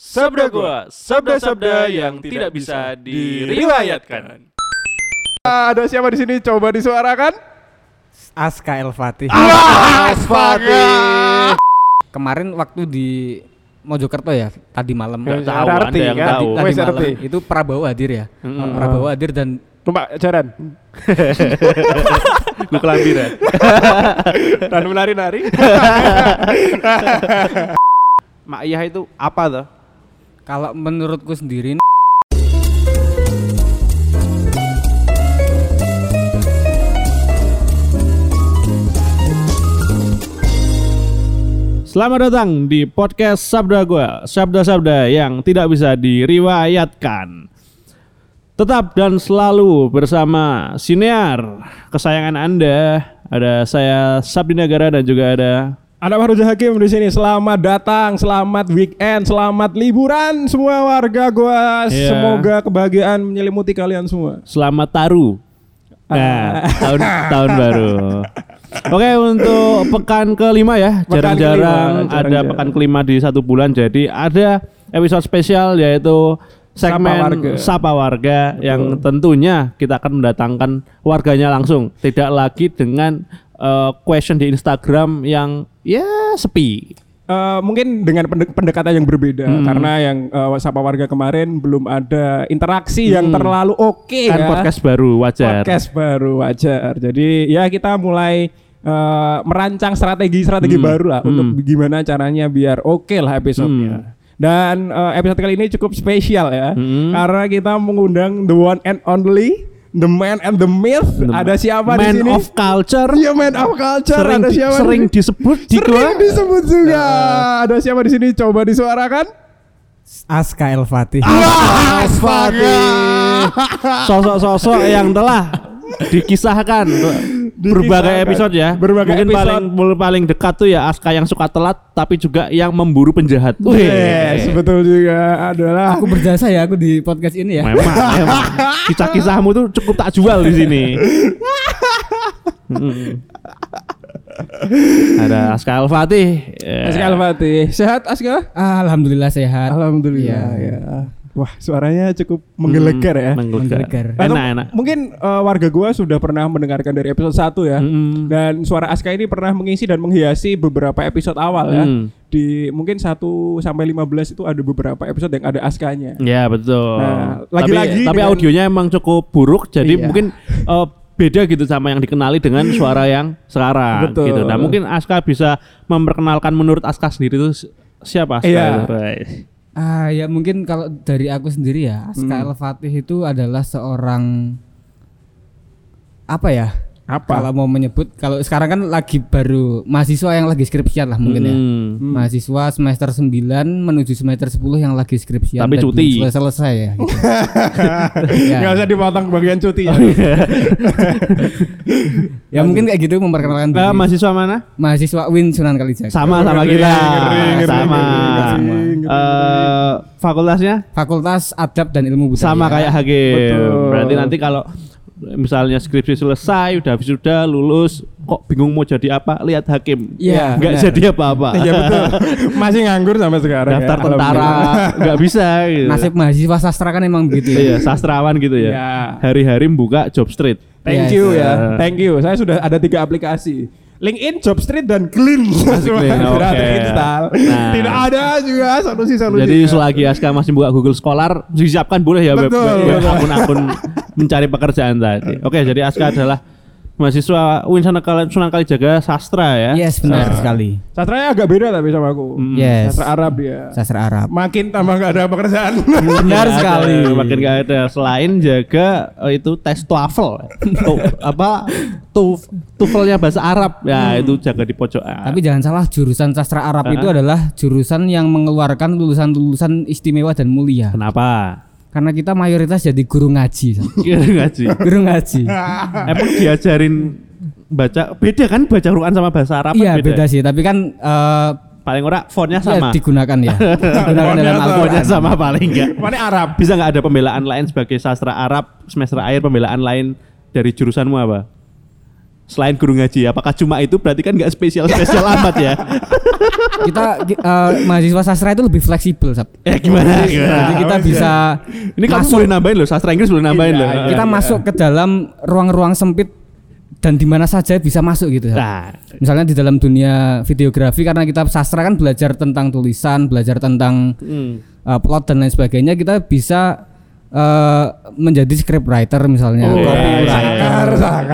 Sabda gua, sabda-sabda yang tidak bisa diriwayatkan. Ada siapa di sini? Coba disuarakan. Aska El-Fatih. Fatih. Kemarin waktu di Mojokerto ya, tadi malam. Nggak tahu, ada ada yang kan? tahu. Tadi Wes, malam arti. itu Prabowo hadir ya. Prabowo hadir dan Numpak jaran. Gue kelambiran. Dan menari-nari. Mak Iyah itu apa tuh? kalau menurutku sendiri Selamat datang di podcast Sabda Gua, sabda-sabda yang tidak bisa diriwayatkan. Tetap dan selalu bersama sinear kesayangan Anda. Ada saya Sabdi Nagara dan juga ada Fahrujah Hakim di sini. Selamat datang, selamat weekend, selamat liburan semua warga gua. Iya. Semoga kebahagiaan menyelimuti kalian semua. Selamat Taru. Nah, tahun baru. Oke, untuk pekan kelima ya, Pekan jarang-jarang kelima, ada jarang-jarang. pekan kelima di satu bulan. Jadi ada episode spesial yaitu segmen Sapa Warga yang tentunya kita akan mendatangkan warganya langsung, tidak lagi dengan question di Instagram yang ya sepi. Mungkin dengan pendekatan yang berbeda karena yang Sapa Warga kemarin belum ada interaksi yang terlalu oke Kan ya. podcast baru wajar. Podcast baru wajar. Jadi ya kita mulai merancang strategi baru lah untuk gimana caranya biar oke lah episodenya. Dan episode kali ini cukup spesial ya, karena kita mengundang the one and only, the man and the myth. Ada siapa di sini? Man of culture. Iya, man of culture. Ada siapa? Sering disebut di Sering disebut juga. Ada siapa di sini? Coba disuarakan. Aska El-Fatih. Sosok-sosok yang telah dikisahkan berbagai episode ya. Berbagai Mungkin episode. paling dekat tuh ya Aska yang suka telat tapi juga yang memburu penjahat. Yes, betul juga adalah Aku berjasa ya aku di podcast ini ya. Memang. Kisah-kisahmu tuh cukup tak jual di sini. Ada Aska El-Fatih. Aska El-Fatih. Sehat Aska? Alhamdulillah sehat. Alhamdulillah ya. Wah, suaranya cukup menggelegar ya. Menggelegar. Enak-enak. Mungkin warga gua sudah pernah mendengarkan dari episode 1 ya. Dan suara Aska ini pernah mengisi dan menghiasi beberapa episode awal ya. Di mungkin 1 sampai 15 itu ada beberapa episode yang ada Askanya. Ya betul. Nah, lagi-lagi tapi dengan- audionya emang cukup buruk, jadi Iya. mungkin beda gitu sama yang dikenali dengan suara yang sekarang. Betul. Gitu. Nah mungkin Aska bisa memperkenalkan menurut Aska sendiri itu siapa Aska? Iya. Ya mungkin kalau dari aku sendiri ya, Aska El-Fatih itu adalah seorang apa ya? Apa? Kalau mau menyebut, kalau sekarang kan lagi baru mahasiswa yang lagi skripsian lah mungkin ya. Mahasiswa semester 9 menuju semester 10 yang lagi skripsian Tapi dan cuti. belum selesai ya gitu. Nggak usah dipotong bagian cuti ya. Ya mungkin kayak gitu memperkenalkan diri. Mahasiswa mana? Mahasiswa UIN Sunan Kalijaga. Sama kita. ngeri, Sama. ngeri. Fakultasnya Fakultas Adab dan Ilmu Budaya. sama kayak Hakim. Betul. Berarti nanti kalau misalnya skripsi selesai, udah wisuda, lulus, kok bingung mau jadi apa? Lihat Hakim. Iya, Nggak benar. jadi apa-apa. Iya betul. Masih nganggur sampai sekarang. Daftar ya. tentara nggak bisa gitu. Nasib mahasiswa sastra kan emang begitu ya. Iya, sastrawan gitu ya. Iya. Hari-hari buka job street. Thank Yes. you ya. Thank you. Saya sudah ada 3 aplikasi. LinkedIn, Jobstreet dan Glean. Semua Glean, sudah oke. terinstall. Nah. Tidak ada juga solusi-solusi. Jadi selagi Aska masih buka Google Scholar, disiapkan boleh ya Betul, web betul. akun-akun mencari pekerjaan tadi. Oke, jadi Aska adalah mahasiswa UIN Sunan Kalijaga sastra ya. Yes, benar sekali. sastranya agak beda tapi sama aku. Yes. Sastra Arab dia. Sastra Arab. Makin tambah nggak ada pekerjaan. Benar Nggak ada, sekali. makin gak ada. Selain jaga itu tes TOEFL. TOEFL-nya bahasa Arab. Ya, itu jaga di pojokan. Tapi jangan salah, jurusan sastra Arab itu adalah jurusan yang mengeluarkan lulusan-lulusan istimewa dan mulia. Kenapa? Karena kita mayoritas jadi guru ngaji. Guru ngaji. Guru ngaji. Emang diajarin baca beda kan baca Quran sama bahasa Arab? Iya, kan beda sih. Tapi kan Paling ora fontnya ya, sama. digunakan ya. Digunakan dalam Fontnya Al-Qur'an. sama paling enggak. Mana Arab? Bisa nggak ada pembelaan lain sebagai sastra Arab semester akhir, pembelaan lain dari jurusanmu apa? Selain guru ngaji, apakah cuma itu? Berarti kan nggak spesial amat ya. mahasiswa sastra itu lebih fleksibel, Sab. Gimana? Jadi kita bisa ini kamu boleh nambahin loh, sastra Inggris boleh nambahin loh. Kita masuk ke dalam ruang-ruang sempit dan di mana saja bisa masuk gitu. Nah, misalnya di dalam dunia videografi, karena kita sastra kan belajar tentang tulisan, belajar tentang plot dan lain sebagainya, kita bisa menjadi scriptwriter misalnya, copywriter.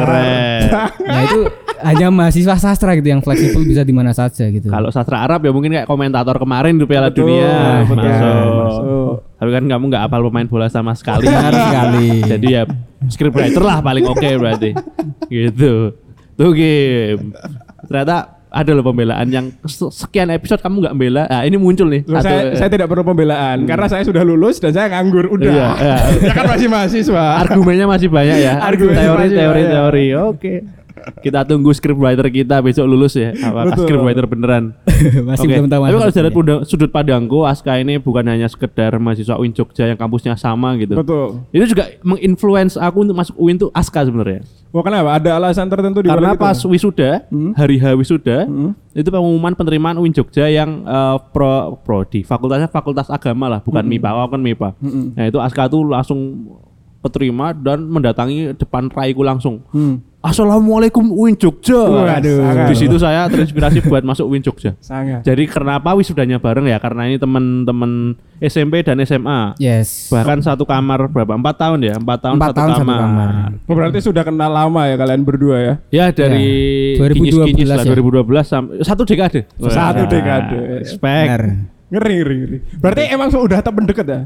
Nah itu hanya mahasiswa sastra gitu yang fleksibel, bisa di mana saja gitu. kalau sastra Arab ya mungkin kayak komentator kemarin di Piala Dunia masuk. Tapi kan kamu nggak hafal pemain bola sama sekali. sekali. Jadi ya scriptwriter lah paling oke berarti. Gitu. Tuh game. Ternyata ada loh pembelaan yang sekian episode kamu nggak bela. Nah, ini muncul nih. Saya tidak perlu pembelaan karena saya sudah lulus dan saya nganggur udah. Iya. Ya kan masih mahasiswa. Argumennya masih banyak ya. Teori. Oke. Kita tunggu scriptwriter kita besok lulus ya. Apakah scriptwriter beneran? Masih belum tahu. Tapi kalau dari sudut pandangku, Aska ini bukan hanya sekedar mahasiswa UIN Jogja yang kampusnya sama gitu. Betul. Itu juga menginfluence aku untuk masuk UIN tuh Aska sebenarnya. Wah, kenapa? Ada alasan tertentu di karena balik pas itu? wisuda, hari H wisuda, itu pengumuman penerimaan UIN Jogja yang prodi, fakultasnya fakultas agama lah, bukan MIPA, kan MIPA. Nah itu Aska tuh langsung keterima dan mendatangi depan raiku langsung. Assalamualaikum UIN Jogja. Waduh. Di situ saya terinspirasi buat masuk UIN Jogja. Sangat. Jadi kenapa wisudanya bareng ya? Karena ini teman-teman SMP dan SMA. Yes. Bahkan satu kamar berapa? 4 tahun ya? 4 tahun, 4 satu tahun satu kamar. kamar. Berarti sudah kenal lama ya kalian berdua ya? Ya dari 2012 lah, ya. 2012 sampai satu dekade. Satu dekade. Respect. Ngeri. Berarti emang sudah temen deket ya?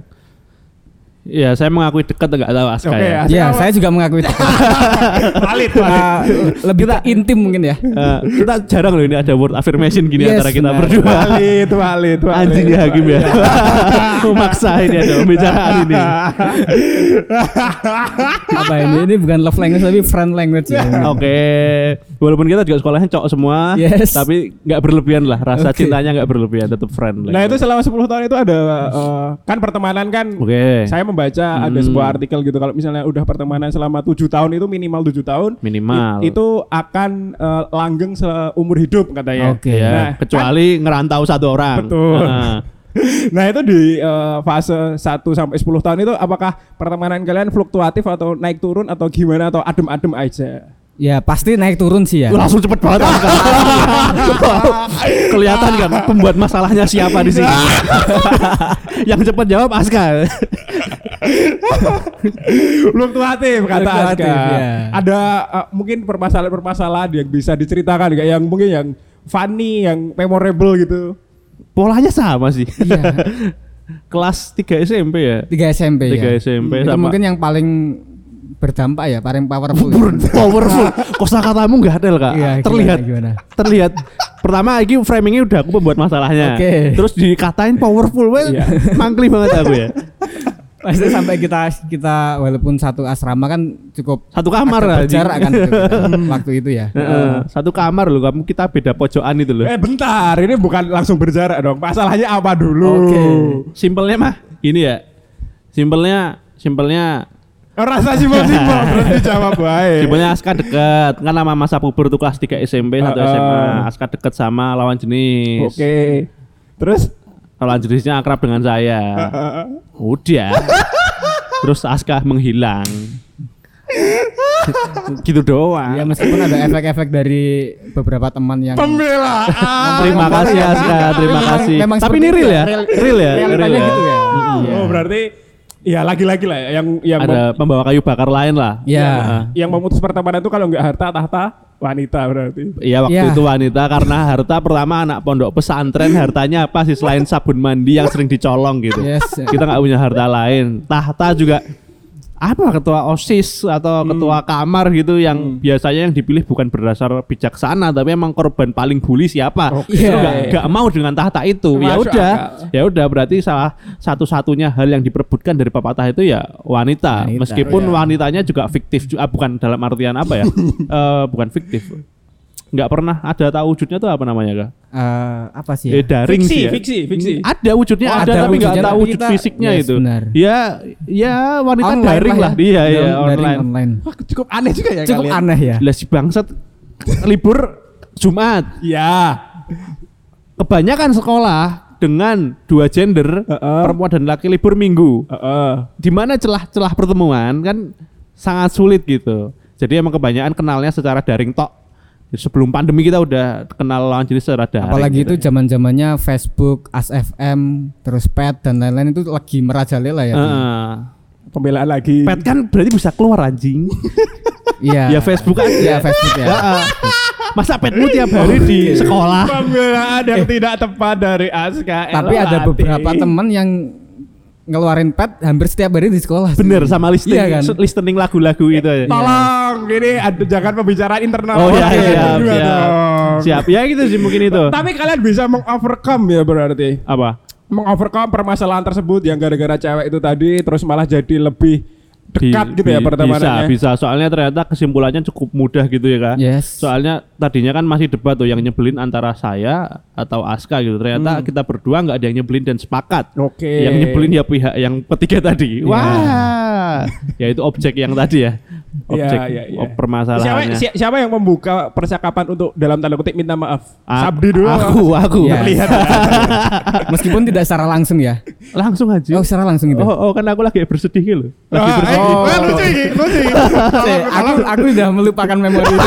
Ya saya mengakui dekat enggak tahu Aska ya. Ya saya juga mengakui dekat. Valid. Lebih intim mungkin ya. Kita jarang loh ini ada word affirmation gini antara kita berdua. Valid. Anjing ya Hakim ya. Memaksa ini ada pembicaraan ini. Apa ini? Ini bukan love language tapi friend language ya. Oke. Walaupun kita juga sekolahnya cowok semua, tapi nggak berlebihan lah. Rasa cintanya nggak berlebihan, tetap friend. Nah itu selama 10 tahun itu ada kan pertemanan kan. Saya membaca ada sebuah artikel gitu, kalau misalnya udah pertemanan selama 7 tahun itu minimal 7 tahun itu akan langgeng seumur hidup katanya. Nah, kecuali ngerantau satu orang. Betul. Nah itu di fase 1 sampai 10 tahun itu apakah pertemanan kalian fluktuatif atau naik turun atau gimana atau adem-adem aja? Ya pasti naik turun sih ya. Langsung cepet banget. Kelihatan kan pembuat masalahnya siapa di sini. Yang cepat jawab Aska. Fluktuatif kata Aska. Ya. Ada mungkin permasalahan-permasalahan yang bisa diceritakan kayak yang mungkin yang funny, yang memorable gitu. Polanya sama sih. Iya. Kelas 3 SMP ya. 3 SMP ya. 3 SMP itu sama. mungkin yang paling berdampak ya, paling powerful. Powerful. Kosakatamu enggak adil, Kak. Iya, gimana? Terlihat. Pertama lagi framingnya udah aku pembuat masalahnya. Terus dikatain powerful, mangkli banget aku ya. Pasti sampai kita walaupun satu asrama kan cukup satu kamar lah berjarak kan waktu itu ya. Satu kamar loh, kamu kita beda pojokan itu loh. Bentar, ini bukan langsung berjarak dong. Masalahnya apa dulu? Simpelnya mah gini ya. Simpelnya rasa simpel berarti jawab baik. Simpelnya Aska deket kan sama masa puber tuh kelas 3 SMP 1 SMA. Aska deket sama lawan jenis. Terus lawan jenisnya akrab dengan saya. Udah. Terus Aska menghilang. Gitu doang. Ya meskipun ada efek-efek dari beberapa teman yang pembelaan. Terima kasih Aska, terima kasih. Tapi ini real ya? Real ya? Realitanya gitu ya. Oh berarti ya lagi-lagi lah yang ada pembawa kayu bakar lain lah. Ya. Yang memutus pertemanan itu kalau enggak harta tahta wanita berarti. Iya waktu itu wanita karena harta pertama anak pondok pesantren, hartanya apa sih selain sabun mandi yang sering dicolong gitu. Kita nggak punya harta lain. Tahta juga apa ketua OSIS atau ketua kamar gitu yang biasanya yang dipilih bukan berdasar bijaksana tapi emang korban paling bully siapa. Gak mau dengan tahta itu. Ya udah berarti salah satu-satunya hal yang diperebutkan dari pepatah itu ya wanita. Meskipun wanitanya juga fiktif, bukan dalam artian apa ya? Bukan fiktif. Nggak pernah ada tahu wujudnya tuh apa namanya Kak? Apa sih ya? Daring sih ya? Fiksi. Ada wujudnya tapi nggak tahu wujud fisiknya itu. Benar. Ya wanita online daring lah dia ya online. Wah, cukup aneh juga ya cukup kalian. Aneh ya. Lah si bangsat libur Jumat. Ya. kebanyakan sekolah dengan 2 gender, perempuan dan laki libur minggu. Di mana celah-celah pertemuan kan sangat sulit gitu. Jadi emang kebanyakan kenalnya secara daring tok. Sebelum pandemi kita udah kenal lawan jenis secara daring. Apalagi gitu. itu zaman-zamannya Facebook, ASFM, terus Pet dan lain-lain itu lagi merajalela ya. Pembelaan lagi. Pet kan berarti bisa keluar anjing. Iya. Ya Facebook aja. Iya Facebook ya. Masa petmu tiap hari di sekolah? Pembelaan yang tidak tepat dari Aska. Tapi ada beberapa teman yang ngeluarin pet hampir setiap hari di sekolah. Bener, sama listening, iya kan? listening lagu-lagu itu aja. Tolong, ini jangan pembicaraan internal. Oh iya, siap. Ya gitu sih mungkin itu. Tapi kalian bisa mengovercome ya berarti. Apa? Mengovercome permasalahan tersebut yang gara-gara cewek itu tadi terus malah jadi lebih dekat gitu ya pertemanannya. Bisa. Soalnya ternyata kesimpulannya cukup mudah gitu ya Kak. Yes. Soalnya tadinya kan masih debat tuh yang nyebelin antara saya atau Aska gitu. Ternyata kita berdua nggak ada yang nyebelin dan sepakat. Oke. Yang nyebelin ya pihak yang ketiga tadi. Wah. Ya itu objek yang tadi ya. Objek permasalahannya. Siapa yang membuka percakapan untuk dalam tanda kutip minta maaf? Sabdi dulu. Aku. Ya. Lihat. Meskipun tidak secara langsung ya. Langsung aja. Oh, secara langsung gitu. Oh, kan aku lagi bersedih loh. Lagi bersedih. Lucu. Aku udah melupakan memori itu.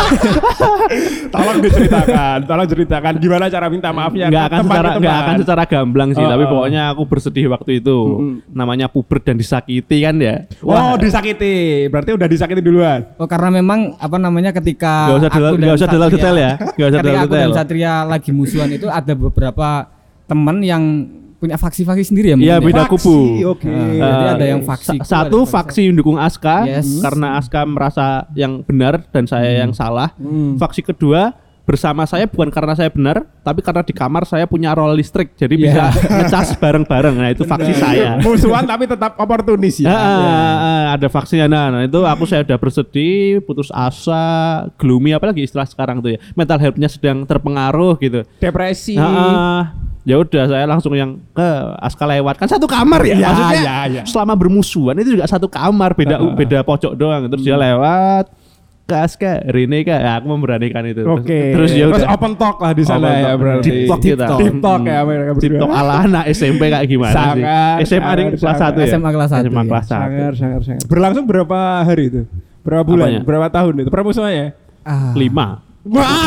Tolong ceritakan gimana cara minta maafnya. Nggak akan secara gamblang sih, tapi pokoknya aku bersedih waktu itu. Namanya puber dan disakiti kan ya. Wah, disakiti. Berarti udah disakiti duluan. Oh, karena memang apa namanya ketika Nggak usah detail ya. Ketika aku dan Satria lagi musuhan itu ada beberapa teman yang punya faksi-faksi sendiri ya. Iya, beda kubu. Oke. Jadi ada yang faksi. Satu faksi mendukung Aska karena Yes. Aska merasa yang benar dan saya yang salah. Faksi kedua bersama saya bukan karena saya benar, tapi karena di kamar saya punya roll listrik, jadi bisa ngecas bareng-bareng. Nah itu faksi saya. Musuhan tapi tetap oportunis ya. Ada faksinya. Nah itu saya udah bersedih, putus asa, gloomy, apalagi istilah sekarang tuh ya. Mental health-nya sedang terpengaruh gitu. Depresi. Ya udah saya langsung yang ke Aska lewat kan satu kamar ya, maksudnya selama bermusuhan itu juga satu kamar, beda pojok doang. Terus dia lewat ke Aska, Rene Kak, ya, aku memberanikan itu. Oke. Terus ya udah open talk lah di sana ya berarti. Deep talk kita. Deep talk ya mereka berdua. Deep talk ala anak SMP kayak gimana sangat, sih? SMA kelas 1 ya. SMA kelas 1. SMA kelas 1. Sangat. Berlangsung berapa hari itu? Berapa bulan? Apanya? Berapa tahun itu? Permusuhannya? 5. Wah,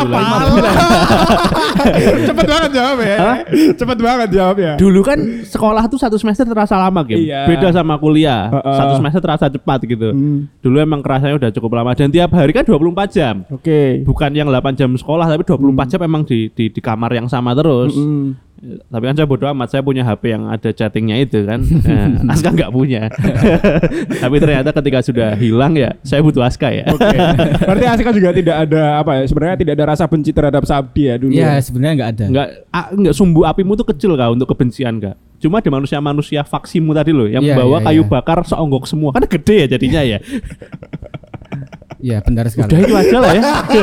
cepet banget jawab ya. Cepet banget jawab ya. Dulu kan sekolah tuh 1 semester terasa lama gitu. Iya. Beda sama kuliah. 1 semester terasa cepat gitu. Dulu emang kerasanya udah cukup lama dan tiap hari kan 24 jam. Oke. Bukan yang 8 jam sekolah tapi 24 jam emang di kamar yang sama terus. Tapi kan saya bodo amat, saya punya HP yang ada chattingnya itu kan. Nah, Aska nggak punya. Tapi ternyata ketika sudah hilang ya, saya butuh Aska ya. Oke. Berarti Aska juga tidak ada apa ya? Sebenarnya tidak ada rasa benci terhadap Sabdi ya dulu. Iya, sebenarnya nggak ada. Nggak sumbu apimu tuh kecil Kak untuk kebencian Kak. Cuma ada manusia faksimu tadi loh yang membawa kayu bakar seonggok semua. Kan gede ya jadinya ya. Iya benar sekali. Udah itu aja lah ya.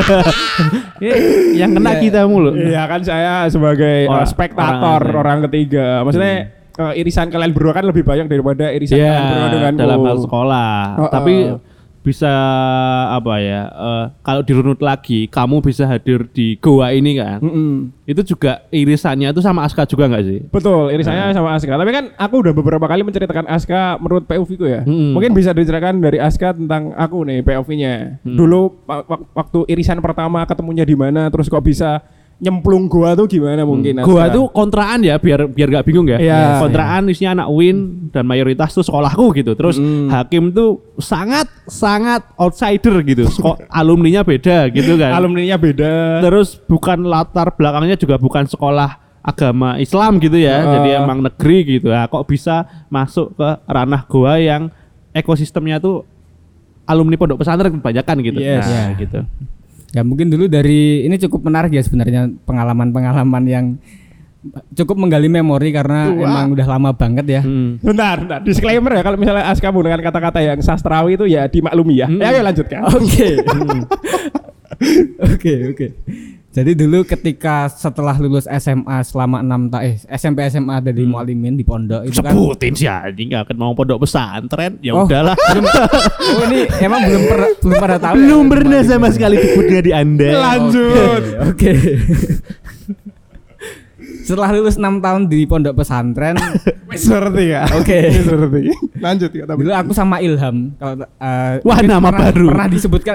Yang kena kita mulu. Iya kan saya sebagai spektator orang ketiga. Maksudnya irisan kalian berdua kan lebih banyak daripada irisan kalian berdua denganku. Dalam hal sekolah. Tapi bisa apa ya? Kalau dirunut lagi, kamu bisa hadir di Goa ini kan? Itu juga irisannya itu sama Aska juga nggak sih? Betul, irisannya sama Aska. Tapi kan aku udah beberapa kali menceritakan Aska menurut POV-ku ya. Mungkin bisa diceritakan dari Aska tentang aku nih POV-nya. Dulu waktu irisan pertama ketemunya di mana, terus kok bisa nyemplung Goa tuh gimana mungkin? Goa tuh kontraan ya, biar gak bingung ya. Iya. Kontraan isinya anak UIN dan mayoritas tuh sekolahku gitu. Terus Hakim tuh sangat outsider gitu. Alumninya beda gitu kan. Alumninya beda. Terus bukan latar belakangnya juga bukan sekolah agama Islam gitu ya. Jadi emang negeri gitu. Nah, kok bisa masuk ke ranah Goa yang ekosistemnya tuh alumni pondok pesantren kebanyakan gitu. Yes. Nah, gitu. Ya mungkin dulu dari ini cukup menarik ya sebenarnya pengalaman-pengalaman yang cukup menggali memori karena emang udah lama banget ya. Bentar. Disclaimer ya kalau misalnya Aska menggunakan kata-kata yang sastrawi itu ya dimaklumi ya. Ayo lanjutkan. Oke. Jadi dulu ketika setelah lulus SMA selama 6 tahun SMP SMA dari Mualimin di pondok itu kan sebutin sih anjing nggak akan mau pondok pesantren ya udahlah. Ini emang belum pernah tahu. Belum pernah sama sekali disebutnya di Anda. Lanjut. Oke. Setelah lulus 6 tahun di pondok pesantren. Wis ngerti ya. Oke. Wis ngerti. Lanjut ya tapi. Dulu aku sama Ilham. Kalau wah, nama baru. Pernah disebutkan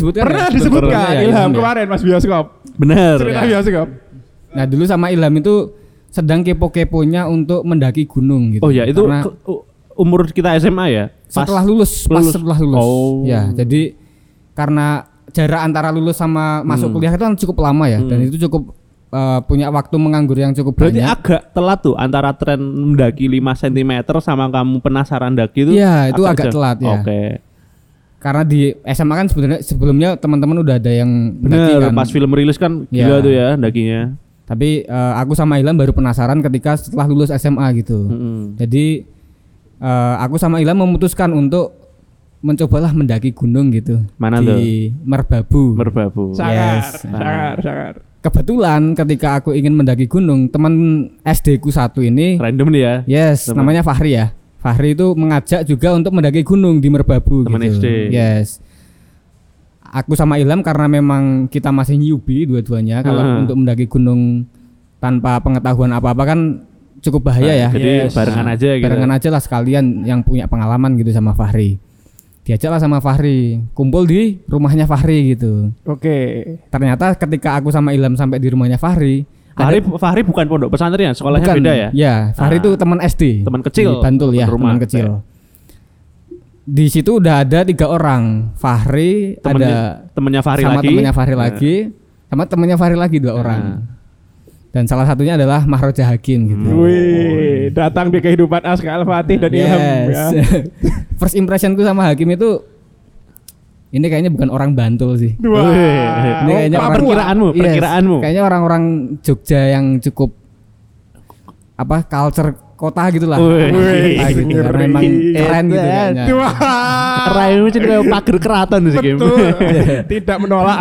ya, Ilham kemarin Mas Bioskop. Bener. Cerita Ya. Bioskop. Nah, dulu sama Ilham itu sedang kepo-keponya untuk mendaki gunung gitu. Oh ya, itu Karena umur kita SMA ya? setelah lulus. Setelah lulus. Oh. Ya, jadi karena jarak antara lulus sama masuk kuliah itu kan cukup lama ya, dan itu cukup punya waktu menganggur yang cukup Berarti banyak. agak telat tuh antara tren mendaki 5 cm sama kamu penasaran daki itu. Iya, itu agak telat ya. Oke. Karena di SMA kan sebenarnya sebelumnya teman-teman udah ada yang mendaki Bener, kan. pas film rilis kan Ya. gila tuh ya dakinya. Tapi aku sama Ilham baru penasaran ketika setelah lulus SMA gitu. Jadi aku sama Ilham memutuskan untuk mencobalah mendaki gunung gitu. Mana di tuh? Merbabu. Sangar. Kebetulan ketika aku ingin mendaki gunung, teman SD ku satu ini, Random nih ya. yes, namanya Fahri ya. Fahri itu mengajak juga untuk mendaki gunung di Merbabu Teman gitu. SD. Yes. Aku sama Ilham karena memang kita masih newbie dua-duanya, kalau untuk mendaki gunung tanpa pengetahuan apa-apa kan cukup bahaya ya. Jadi barengan aja gitu. Barengan aja lah sekalian yang punya pengalaman gitu sama Fahri. Diajaklah sama Fahri, kumpul di rumahnya Fahri gitu. Oke. Ternyata ketika aku sama Ilham sampai di rumahnya Fahri Fahri bukan pondok pesantren, sekolahnya bukan, beda ya? Ya, Fahri itu teman SD. Teman kecil. Di Bantul ya, Rumah. teman kecil. Di situ udah ada 3 orang. Fahri, temennya Fahri sama lagi. temennya Fahri lagi, sama temennya Fahri lagi 2 orang. Dan salah satunya adalah Mahroja Hakim gitu. Wih, datang di kehidupan Aska Al-Fatih dan Ilham ya. First impressionku sama Hakim itu ini kayaknya bukan orang Bantul sih. Wah. Ini kayaknya perkiraanmu. Kayaknya orang-orang Jogja yang cukup culture kota gitulah. Wih, Gitu. Karena memang keren gitu kayaknya. Raimu jadi kayak pagar keraton sih game. Betul. Tidak menolak.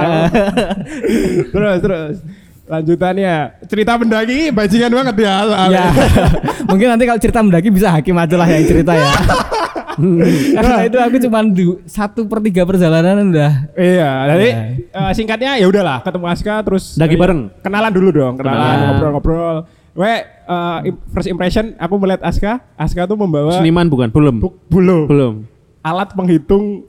Terus. Lanjutannya cerita mendaki bajingan banget ya. Ya. Mungkin nanti kalau cerita mendaki bisa Hakim aja lah yang cerita ya. Karena itu aku cuma 1/3 perjalanan udah. Iya, jadi singkatnya ya udahlah ketemu Aska terus Daki bareng. Kenalan dulu dong, ngobrol-ngobrol. First impression aku melihat Aska tuh membawa Seniman bukan? Belum. Alat penghitung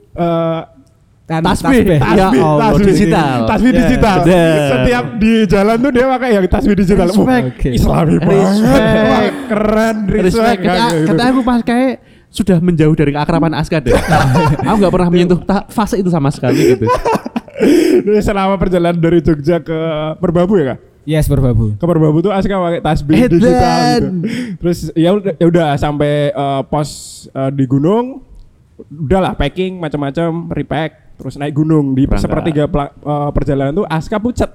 tasbih. Ya Allah, digital. Tasbih digital. Setiap di jalan tuh dia pakai yang tasbih digital. Islami banget. Wah, keren, respect. Kata aku pas kayak sudah menjauh dari keakraban Aska deh. Aku nggak pernah menyentuh fase itu sama sekali gitu. Jadi selama perjalanan dari Jogja ke Merbabu ya Kak? Yes, Merbabu. Ke Merbabu tuh Aska pakai tasbih digital gitu. Terus ya udah sampai pos di gunung, udahlah packing macam-macam, repack. Terus naik gunung di sepertiga perjalanan tuh Aska pucat.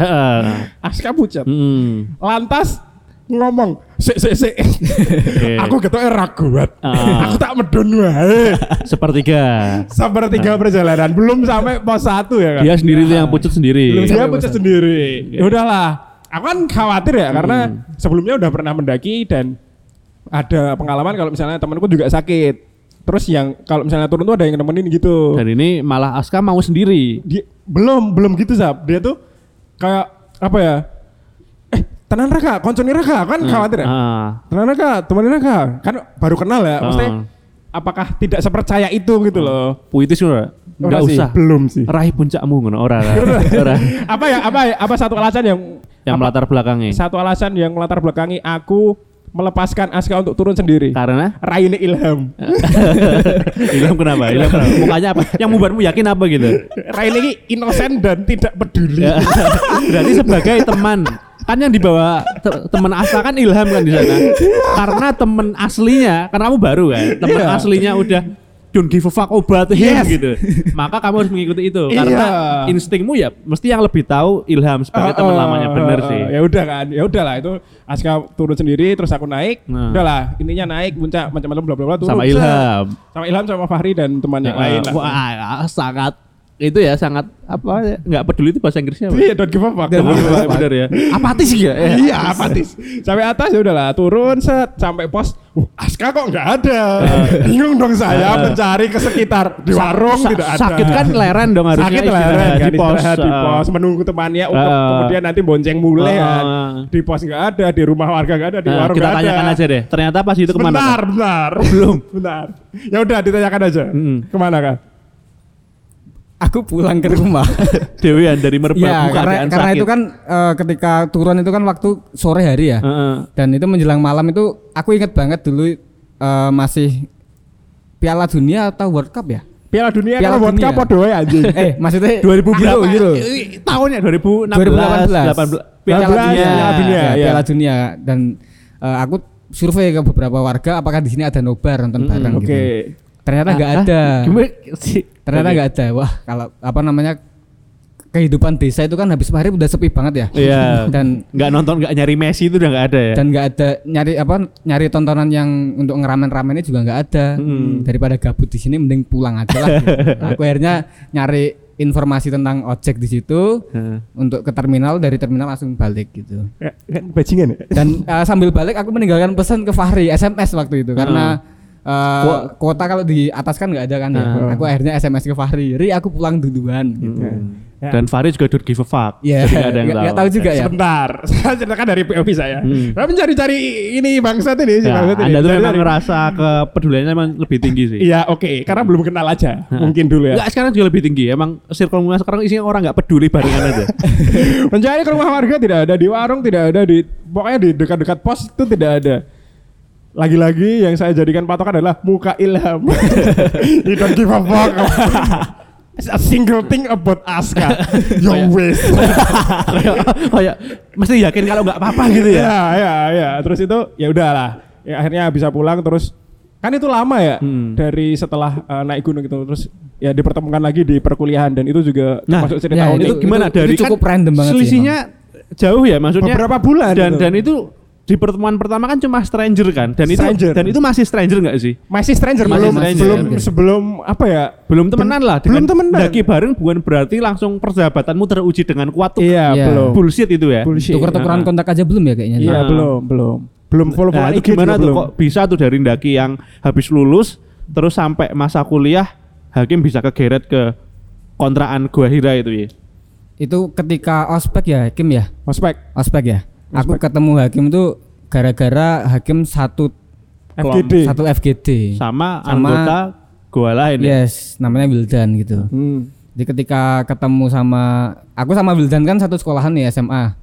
Lantas ngomong, "Sik. Aku ketoknya ra kuat. Aku tak medun wae." Sepertiga perjalanan belum sampai pos 1 ya kan. Dia sendiri tuh yang pucat sendiri. Dia pucat sendiri. Ya udahlah. Aku kan khawatir ya karena sebelumnya udah pernah mendaki dan ada pengalaman kalau misalnya temanku juga sakit. Terus yang kalau misalnya turun tuh ada yang nemenin gitu. Dan ini malah Aska mau sendiri. Belum gitu Zab. Dia tuh kayak apa ya? Tenan Raka, konconi Raka kan khawatir ya. Tenan Raka, temenin Raka. Kan baru kenal ya. Maksudnya apakah tidak sepercaya itu gitu loh. Puitis ora? Enggak usah. Belum sih. Raih puncakmu ngono ora. Apa satu alasan yang melatar belakangi? Satu alasan yang melatar belakangi aku melepaskan Aska untuk turun sendiri. Karena Raine Ilham. Ilham kenapa? Mukanya apa? Yang membuatmu yakin apa gitu? Raine ini inosen dan tidak peduli. Berarti sebagai teman. Kan yang dibawa teman Aska kan Ilham kan di sana. Karena teman aslinya, karena kamu baru kan. Teman aslinya udah don't give a fuck obat him gitu. Maka kamu harus mengikuti itu karena instingmu ya mesti yang lebih tahu Ilham sebagai teman lamanya, bener sih. Ya udah kan. Ya udahlah itu Aska turun sendiri terus aku naik. Udahlah, intinya naik puncak macam-macam bla bla bla turun. Sama Ilham sama Fahri dan teman yang lain lah. Wah, sangat itu ya sangat apa nggak peduli itu bahasa Inggrisnya apa? Iya, don't give a fuck. Bener ya. Apatis ya? Iya, apatis. Sampai atas ya udahlah turun sampai pos Aska kok nggak ada. Bingung dong saya mencari ke sekitar di warung tidak ada. Sakit kan leren dong harusnya. Sakit leren kan, di pos menunggu temannya untuk kemudian nanti bonceng mulai kan. Di pos nggak ada, di rumah warga nggak ada, di warung nggak ada. Kita tanyakan aja deh. Ternyata pas itu kemana? Benar. Belum. Benar. Ya udah ditanyakan aja. Kemana kan? Aku pulang ke rumah. Dewian dari Merbak. Ya, karena itu kan ketika turun itu kan waktu sore hari ya. Dan itu menjelang malam itu aku ingat banget dulu masih Piala Dunia atau World Cup ya? Piala Dunia atau World Cup podo ya anjing. Maksudnya 2000 Euro. Tahunnya 2018. Piala Dunia dan aku survei ke beberapa warga apakah di sini ada nobar nonton bareng gitu. Ternyata nggak ada. Ternyata nggak ada. Wah, kalau apa namanya kehidupan desa itu kan habis maghrib udah sepi banget ya. Iya. Dan nggak nyari Messi itu udah nggak ada ya. Dan nggak ada nyari tontonan yang untuk ngeramen-ramennya juga nggak ada. Daripada gabut di sini mending pulang aja lah. Gitu. Aku akhirnya nyari informasi tentang ojek di situ untuk ke terminal, dari terminal langsung balik gitu. Kan bajingan ya. Dan sambil balik aku meninggalkan pesan ke Fahri SMS waktu itu karena kuota kalau di atas kan nggak ada kan ya. Aku akhirnya SMS ke Fahri, Ri aku pulang duluan gitu. Dan Fahri juga don't give a fuck. Iya. Nggak tahu juga ya. Sebentar, saya ceritakan dari POV saya. Saya mencari-cari ini bangsat ini. Anda tuh memang ngerasa kepeduliannya memang lebih tinggi sih. Iya, oke. Karena belum kenal aja. Mungkin dulu ya. Enggak, sekarang juga lebih tinggi. Emang circle sekarang isinya orang nggak peduli barengan aja. Mencari ke rumah warga tidak ada, di warung tidak ada, pokoknya di dekat-dekat pos itu tidak ada. Lagi-lagi yang saya jadikan patokan adalah muka Ilham. You don't give a fuck. A single thing about Aska. Your waste. Kayak mesti yakin kalau nggak apa-apa gitu ya. Ya. Terus itu ya udahlah. Ya akhirnya bisa pulang terus. Kan itu lama ya dari setelah naik gunung itu terus ya dipertemukan lagi di perkuliahan dan itu juga termasuk cerita unik. Itu gimana dari cukup kan random banget selisihnya jauh ya maksudnya beberapa bulan dan itu di pertemuan pertama kan cuma stranger kan dan itu masih stranger nggak sih? Masih stranger sebelum apa ya? Belum temenan lah. Belum temenan. Daki bareng bukan berarti langsung persahabatanmu teruji dengan kuat tuh. Iya, belum. Bullshit itu ya. Tuker-tukeran kontak aja belum ya kayaknya. Iya, belum follow-followan itu gimana tuh kok bisa tuh dari daki yang habis lulus terus sampai masa kuliah Hakim bisa kegeret ke kontrakan Gua Hira itu ya. Itu ketika ospek ya Hakim ya? Ospek ya. Aku ketemu Hakim itu gara-gara Hakim satu FGD sama anggota gua lain. Yes, namanya Wildan gitu. Jadi ketika ketemu sama Wildan kan satu sekolahan nih SMA.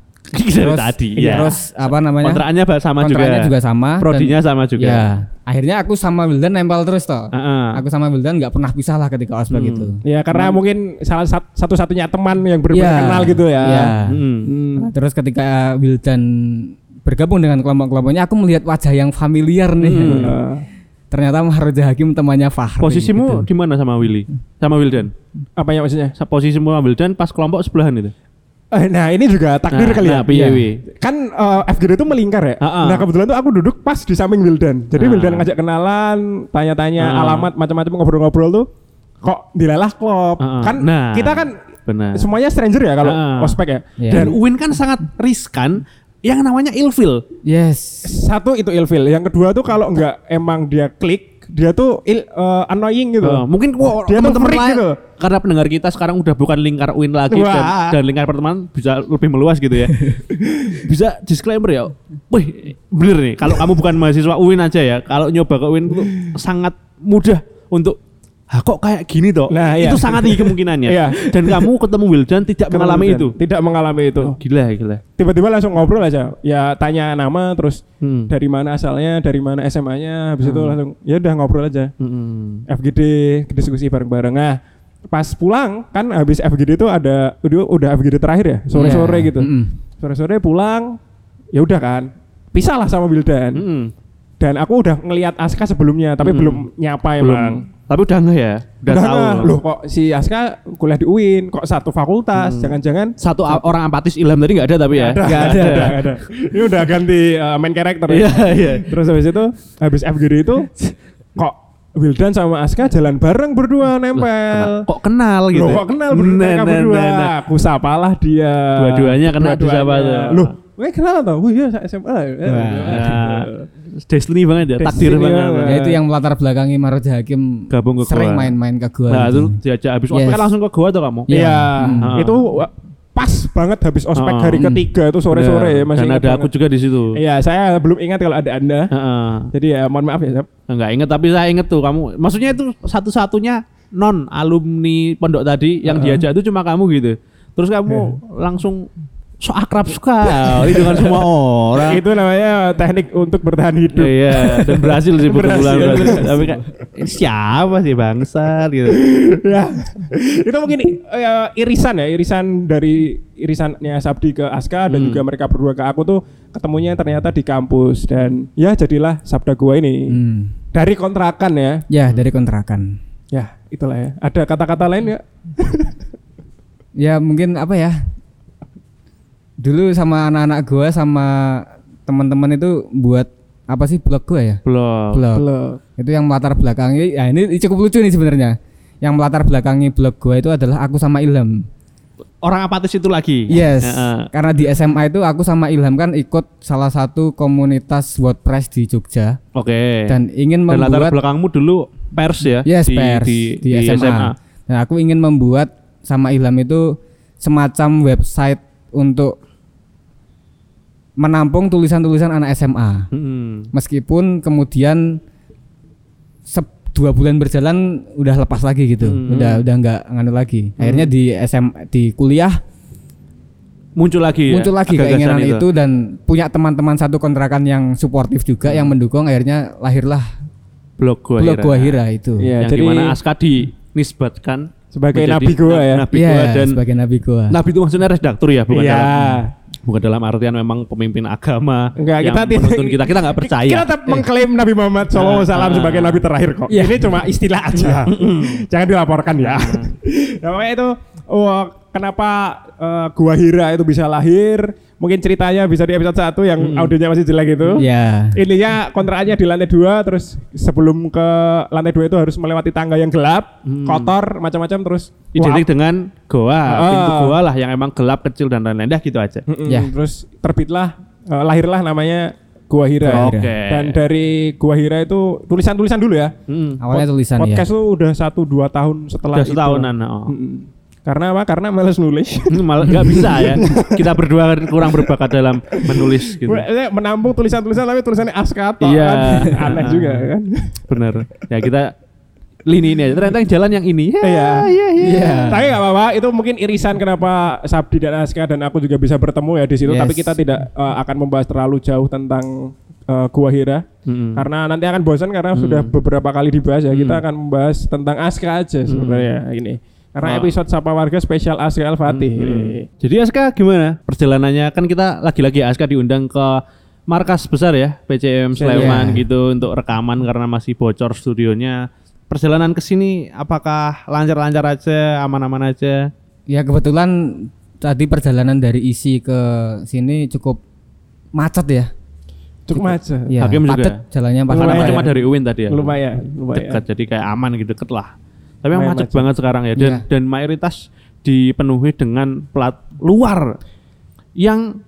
Terus apa namanya? Kontrakannya juga sama. Prodinya sama juga. Ya. Akhirnya aku sama Wildan nempel terus toh. Aku sama Wildan nggak pernah pisah lah ketika ospek itu. Ya karena mungkin salah satu-satunya teman yang benar-benar kenal gitu ya. Nah, terus ketika Wildan bergabung dengan kelompok-kelompoknya, aku melihat wajah yang familiar nih. Ternyata Maharaja Hakim temannya Fahri. Posisimu di mana sama Willy? Sama Wildan? Apanya maksudnya? Posisimu sama Wildan pas kelompok sebelahan itu. Nah ini juga takdir kali ya. Kan FGD itu melingkar ya. Nah kebetulan tuh aku duduk pas di samping Wildan. Jadi Wildan ngajak kenalan, tanya-tanya alamat, macam-macam ngobrol-ngobrol tuh. Kok dilelah klop. Kan kita kan semuanya stranger ya kalau ospek ya. Dan UIN kan sangat riskan. Yang namanya ilfil. Yes. Satu itu ilfil. Yang kedua tuh kalau nggak emang dia klik, dia tuh annoying gitu. Mungkin dia teman-teman gitu. Karena pendengar kita sekarang udah bukan lingkar UIN lagi dan lingkar pertemanan bisa lebih meluas gitu ya. Bisa disclaimer ya. Wih, bener nih. Kalau kamu bukan mahasiswa UIN aja ya, kalau nyoba ke UIN itu sangat mudah untuk kok kayak gini toh. Nah, itu sangat tinggi kemungkinannya. Dan kamu ketemu Wildan tidak mengalami itu. Tidak mengalami itu. Gila. Tiba-tiba langsung ngobrol aja. Ya tanya nama terus dari mana asalnya, dari mana SMA-nya, habis itu langsung ya udah ngobrol aja. FGD diskusi bareng-bareng. Nah, pas pulang kan habis FGD itu udah FGD terakhir ya, sore-sore gitu. Sore-sore pulang ya udah kan. Pisah lah sama Wildan. Dan aku udah ngelihat Aska sebelumnya tapi belum nyapa emang. Tapi udah enggak ya? Udah tahu. Loh kok si Aska kuliah di UIN, kok satu fakultas, jangan-jangan satu orang apatis Ilham tadi enggak ada tapi ya? Enggak ada. Ini udah ganti main karakter ya. Iya. Terus habis FGD itu kok Wildan sama Aska jalan bareng berdua nempel. Kok kenal gitu? Loh kok kenal berdua? Aku sapalah dia. Dua-duanya kena disapa tuh. Loh, kenal tau? Oh iya SMA. destiny banget ya, takdir banget. Ya itu yang melatar belakangi Maroja Hakim gabung ke sering goa. main-main ke goa. Nah, itu diajak habis ospek langsung ke goa tuh kamu? Iya. Itu pas banget habis ospek hari ketiga itu sore-sore ya, masih. Dan ada aku juga di situ. Iya, saya belum ingat kalau ada Anda. Jadi ya mohon maaf ya, Sab. Enggak ingat, tapi saya ingat tuh kamu. Maksudnya itu satu-satunya non alumni pondok tadi yang diajak itu cuma kamu gitu. Terus kamu langsung so akrab sekali dengan semua orang. Itu namanya teknik untuk bertahan hidup. Iya, dan berhasil sih betul-betul. Tapi kan siapa sih bangsa gitu. Ya. Itu mungkin irisan dari irisannya Sabdi ke Aska dan juga mereka berdua ke aku tuh ketemunya ternyata di kampus dan ya jadilah Sabda Gua ini. Dari kontrakan ya. Ya, dari kontrakan. Ya, itulah ya. Ada kata-kata lain ya? Ya, mungkin apa ya? Dulu sama anak-anak gua sama teman-teman itu buat apa sih blog gua ya? Blog. Itu yang melatar belakangi. Ya ini cukup lucu nih sebenarnya. Yang melatar belakangi blog gua itu adalah aku sama Ilham. Orang apatis itu lagi. Yes. Karena di SMA itu aku sama Ilham kan ikut salah satu komunitas WordPress di Jogja. Oke. Dan ingin membuat. Dan latar belakangmu dulu pers ya? Yes, pers di SMA. Dan aku ingin membuat sama Ilham itu semacam website untuk menampung tulisan-tulisan anak SMA. Meskipun kemudian 2 bulan berjalan udah lepas lagi gitu. Udah enggak nganu lagi. Akhirnya di di kuliah muncul lagi keinginan itu dan punya teman-teman satu kontrakan yang suportif juga yang mendukung, akhirnya lahirlah blog Gua Hira itu. Ya, yang jadi dimana Aska dinisbatkan sebagai nabi gua ya. Nabi gua dan sebagai nabi gua. Nabi itu maksudnya redaktur ya, bukan dalam artian memang pemimpin agama. Enggak, yang menuntun kita enggak percaya. Kita tetap mengklaim Nabi Muhammad SAW sebagai nabi terakhir kok. Ini cuma istilah aja. Jangan dilaporkan ya. Nah, makanya itu kenapa Gua Hira itu bisa lahir. Mungkin ceritanya bisa di episode 1 yang audionya masih jelek itu. Intinya kontrakannya di lantai 2, terus sebelum ke lantai 2 itu harus melewati tangga yang gelap, kotor, macam-macam, terus identik dengan goa, pintu goa lah yang emang gelap, kecil dan lain-lain gitu aja. Terus terbitlah, lahirlah namanya Gua Hira. Dan dari Gua Hira itu tulisan-tulisan dulu ya. Awalnya tulisan podcast tuh udah 1-2 tahun setelah itu. Setahunan. Karena apa? Karena malas nulis. Malah nggak bisa ya. Kita berdua kurang berbakat dalam menulis gitu. Menampung tulisan-tulisan tapi tulisannya Aska kan. Aneh juga kan. Bener. Ya kita lini ini aja. Ternyata yang jalan yang ini. Iya. Tapi nggak apa-apa. Itu mungkin irisan kenapa Sabdi dan Aska dan aku juga bisa bertemu ya di situ. Tapi kita tidak akan membahas terlalu jauh tentang Gua Hira. Karena nanti akan bosan karena sudah beberapa kali dibahas ya. Kita akan membahas tentang Aska aja sebenarnya ini. Karena episode Sapa Warga spesial Aska Al-Fatih. Jadi Aska gimana perjalanannya? Kan kita lagi-lagi Aska diundang ke markas besar ya, PCM Sleman gitu untuk rekaman karena masih bocor studionya. Perjalanan ke sini apakah lancar-lancar aja, aman-aman aja? Ya kebetulan tadi perjalanan dari Isi ke sini cukup macet ya. Cukup macet. Ya, Hakim juga. Jalannya karena cuma dari UIN tadi ya. Lumayan. Dekat, jadi kayak aman gitu, deket lah. Tapi yang macet banget sekarang ya, dan mayoritas dipenuhi dengan plat luar yang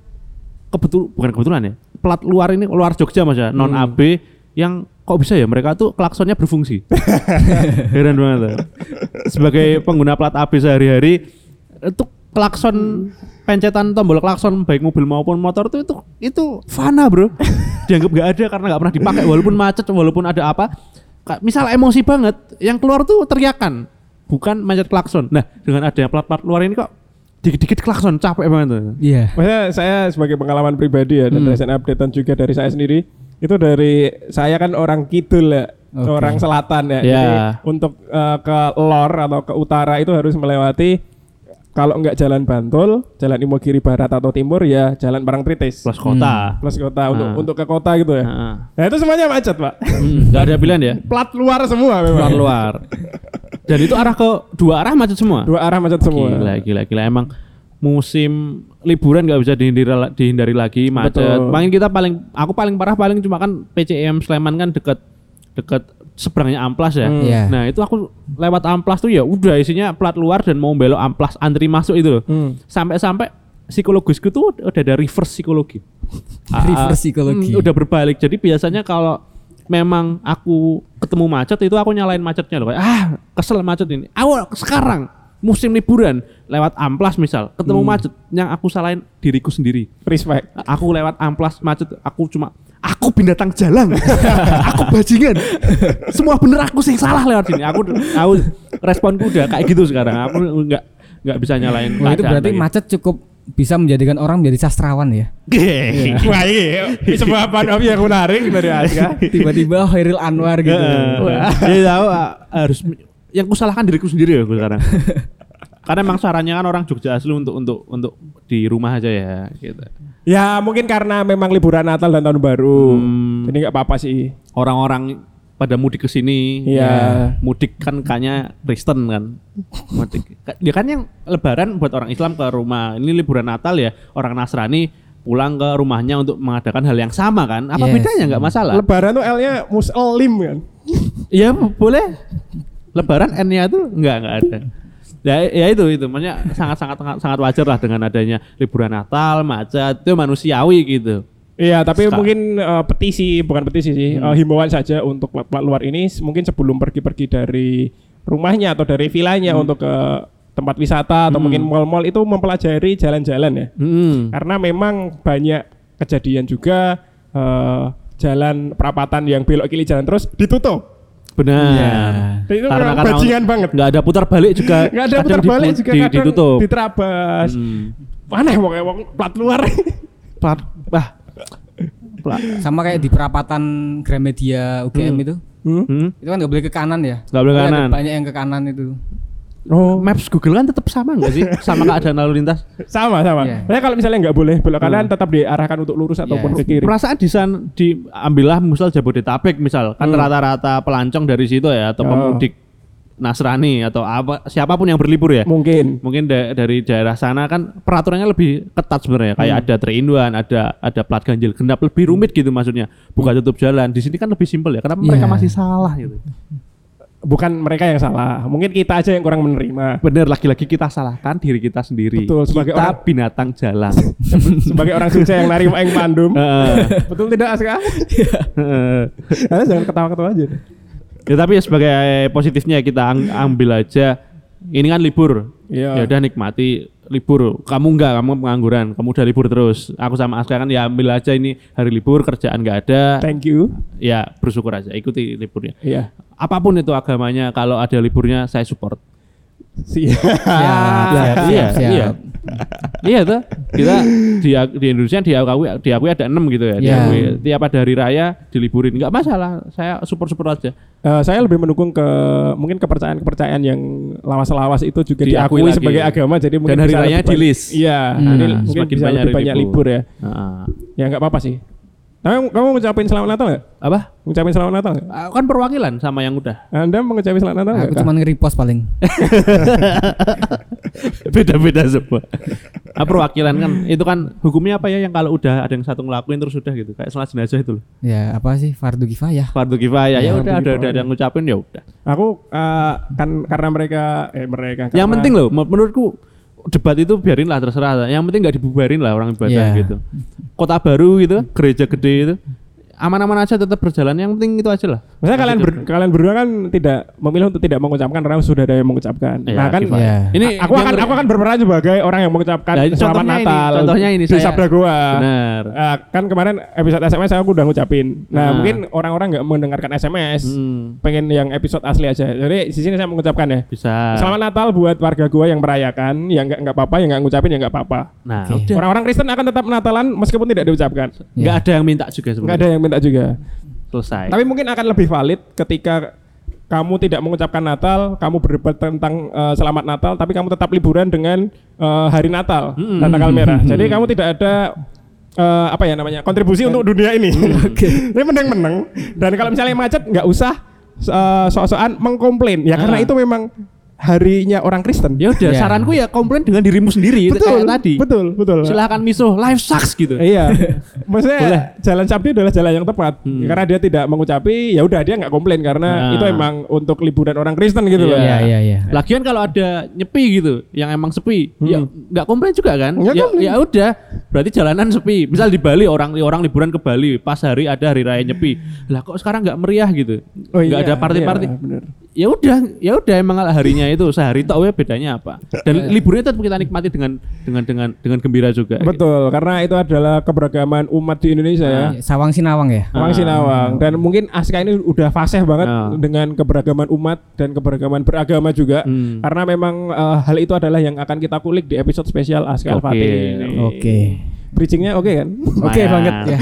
bukan kebetulan ya, plat luar ini luar Jogja mas ya, non AB yang kok bisa ya mereka tuh klaksonnya berfungsi. Heran banget. Sebagai pengguna plat AB sehari-hari itu klakson pencetan tombol klakson baik mobil maupun motor itu fana bro. Dianggap nggak ada karena nggak pernah dipakai walaupun macet, walaupun ada apa. Misal emosi banget, yang keluar tuh teriakan, bukan manjat klakson. Nah, dengan adanya plat-plat luar ini kok dikit-dikit klakson, capek banget tuh. Iya. Maksudnya saya sebagai pengalaman pribadi ya, dan recent update juga dari saya sendiri, itu dari saya kan orang kidul ya, orang selatan ya. Jadi untuk ke lor atau ke utara itu harus melewati, kalau enggak jalan Bantul, jalan Imogiri Barat atau Timur ya jalan Parangtritis. Plus kota. Plus kota untuk ke kota gitu ya. Nah itu semuanya macet Pak. Enggak ada pilihan ya. Plat luar semua memang. Plat luar. Dan itu arah ke dua arah macet semua. Dua arah macet semua. Gila. Emang musim liburan nggak bisa dihindari lagi macet. Paling aku paling parah cuma kan PCM Sleman kan deket seberangnya Amplas ya. Nah itu aku lewat Amplas tuh ya udah isinya plat luar dan mau belok Amplas antri masuk itu loh. Sampai psikologisku tuh udah ada reverse psikologi. Reverse psikologi. Udah berbalik. Jadi biasanya kalau memang aku ketemu macet itu aku nyalain macetnya loh. Kayak kesel macet ini. Sekarang musim liburan lewat amplas misal ketemu macet, yang aku salahin diriku sendiri. Respect. Aku lewat amplas macet, aku binatang jalan. Aku bajingan. Semua bener aku sih salah lewat sini. Aku responku udah kayak gitu sekarang. Aku enggak bisa nyalain. Wah, itu berarti macet cukup bisa menjadikan orang menjadi sastrawan ya. Wah, iya. Sebuah panop yang menarik dari Aska. Tiba-tiba Khairil Anwar gitu. Dia tahu harus yang kusalahkan diriku sendiri ya sekarang. Karena emang sarannya kan orang Jogja asli untuk di rumah aja ya gitu. Ya mungkin karena memang liburan Natal dan Tahun Baru. Jadi enggak apa-apa sih. Orang-orang pada mudik ke sini. Ya. Mudik kan kayaknya Kristen kan. Mudik. Dia kan yang lebaran buat orang Islam ke rumah. Ini liburan Natal ya, orang Nasrani pulang ke rumahnya untuk mengadakan hal yang sama kan. Apa bedanya enggak masalah. Lebaran tuh L-nya muslim kan. Iya, boleh. Lebaran N-nya tuh enggak ada. Ya itu maksudnya sangat wajar lah dengan adanya liburan Natal, macet, itu manusiawi gitu. Iya, tapi mungkin bukan petisi sih, himbauan saja untuk plat luar ini mungkin sebelum pergi dari rumahnya atau dari vilanya untuk ke tempat wisata atau mungkin mal-mal itu mempelajari jalan-jalan ya. Karena memang banyak kejadian juga jalan perapatan yang belok kiri jalan terus ditutup. Benar. Ya. Itu karena bajingan banget. Nggak ada putar balik juga. Nggak ada putar balik juga kadang ditutup. Diterabas. Aneh pokoknya plat luar. Sama kayak di perapatan Gramedia UGM itu. Itu kan nggak boleh ke kanan ya. Nggak boleh ke kanan. Banyak yang ke kanan itu. Maps Google kan tetap sama nggak sih? Sama keadaan lalu lintas. Sama. Yeah. Nah, kalau misalnya nggak boleh belok kanan tetap diarahkan untuk lurus ataupun ke kiri. Perasaan diambillah misal Jabodetabek misal kan rata-rata pelancong dari situ ya atau pemudik Nasrani atau apa siapapun yang berlibur ya. Mungkin dari daerah sana kan peraturannya lebih ketat sebenarnya. Kayak ada 3 in 1, ada plat ganjil genap, lebih rumit gitu maksudnya. Buka tutup jalan. Di sini kan lebih simpel ya. Kenapa mereka masih salah gitu? Bukan mereka yang salah, mungkin kita aja yang kurang menerima. Bener, lagi-lagi kita salahkan diri kita sendiri. Betul, sebagai kita orang binatang jalan. Sebagai orang Jogja yang nari eng pandum. Betul tidak Aska? Anda jangan ketawa-ketawa aja. Ya tapi sebagai positifnya kita ambil aja. Ini kan libur. Ya udah nikmati libur. Kamu pengangguran. Kamu udah libur terus. Aku sama Aska kan ya ambil aja ini hari libur, kerjaan enggak ada. Thank you. Ya bersyukur aja, ikuti liburnya. Iya. Apapun itu agamanya, kalau ada liburnya saya support. Siap. Iya tuh. Kita di Indonesia diakui ada 6 gitu ya. Diakui, tiap ada hari raya diliburin, nggak masalah. Saya support aja. Saya lebih mendukung mungkin kepercayaan yang lawas-lawas itu juga diakui sebagai agama. Jadi mungkin dan hari raya di list. Iya. Jadi mungkin bisa lebih banyak libur ya. Ya nggak apa-apa sih. Kamu ngucapin selamat Natal nggak? Apa? Ngucapin selamat Natal nggak? Kan perwakilan sama yang udah. Anda mau ngucapin selamat Natal nggak? Aku cuma nge-repost paling. Beda-beda semua. Perwakilan kan, itu kan hukumnya apa ya yang kalau udah ada yang satu ngelakuin terus udah gitu, kayak sholat jenazah itu loh. Ya apa sih fardu kifayah. Ya udah ada yang ngucapin ya udah. Aku kan karena mereka. Yang penting loh, menurutku debat itu biarin lah terserah. Yang penting nggak dibubarin lah orang ibadah gitu. Kota baru gitu, gereja gede itu aman-aman aja tetap berjalan. Yang penting itu aja lah. Maksudnya kalian berdua kan tidak memilih untuk tidak mengucapkan karena sudah ada yang mengucapkan. Nah kan ini aku akan berperan sebagai orang yang mengucapkan selamat Natal. Contohnya ini di Sabda Goa. Benar. Kan kemarin episode SMS aku udah ngucapin. Nah mungkin orang-orang nggak mendengarkan SMS, pengen yang episode asli aja. Jadi di sini saya mengucapkan ya. Bisa. Selamat Natal buat warga Goa yang merayakan. Yang nggak apa-apa, yang nggak ngucapin ya nggak apa-apa. Nah, orang-orang Kristen akan tetap Natalan meskipun tidak diucapkan. Nggak ada yang minta juga sebenarnya. Nggak ada yang minta juga. Selesai. Tapi mungkin akan lebih valid ketika kamu tidak mengucapkan Natal, kamu berdebat tentang selamat Natal, tapi kamu tetap liburan dengan hari Natal dan tanggal merah. Jadi kamu tidak ada kontribusi untuk dunia ini. Ini menang. Dan kalau misalnya macet, nggak usah sok-sokan mengkomplain. Ya karena itu memang harinya orang Kristen. Ya udah, saranku ya komplain dengan dirimu sendiri. Betul, kayak tadi. Betul. Silakan misuh, life sucks gitu. Iya. Maksudnya jalan sabdi adalah jalan yang tepat. Karena dia tidak mengucapi, ya udah dia nggak komplain karena itu emang untuk liburan orang Kristen gitu loh. Iya. Lagian kalau ada nyepi gitu, yang emang sepi, ya nggak komplain juga kan? Ya udah, berarti jalanan sepi. Misal di Bali orang liburan ke Bali, pas hari raya nyepi. Lah kok sekarang nggak meriah gitu? Nggak ada party-party. Ya udah emang harinya itu sehari tok bedanya apa? Dan liburnya tetap kita nikmati dengan gembira juga. Betul, karena itu adalah keberagaman umat di Indonesia ya. Sawang Sinawang ya. Sawang Sinawang. Dan mungkin Aska ini udah fasih banget dengan keberagaman umat dan keberagaman beragama juga. Karena memang hal itu adalah yang akan kita kulik di episode spesial Aska Al-Fatih. Oke. Bridgingnya oke kan? Oke banget ya.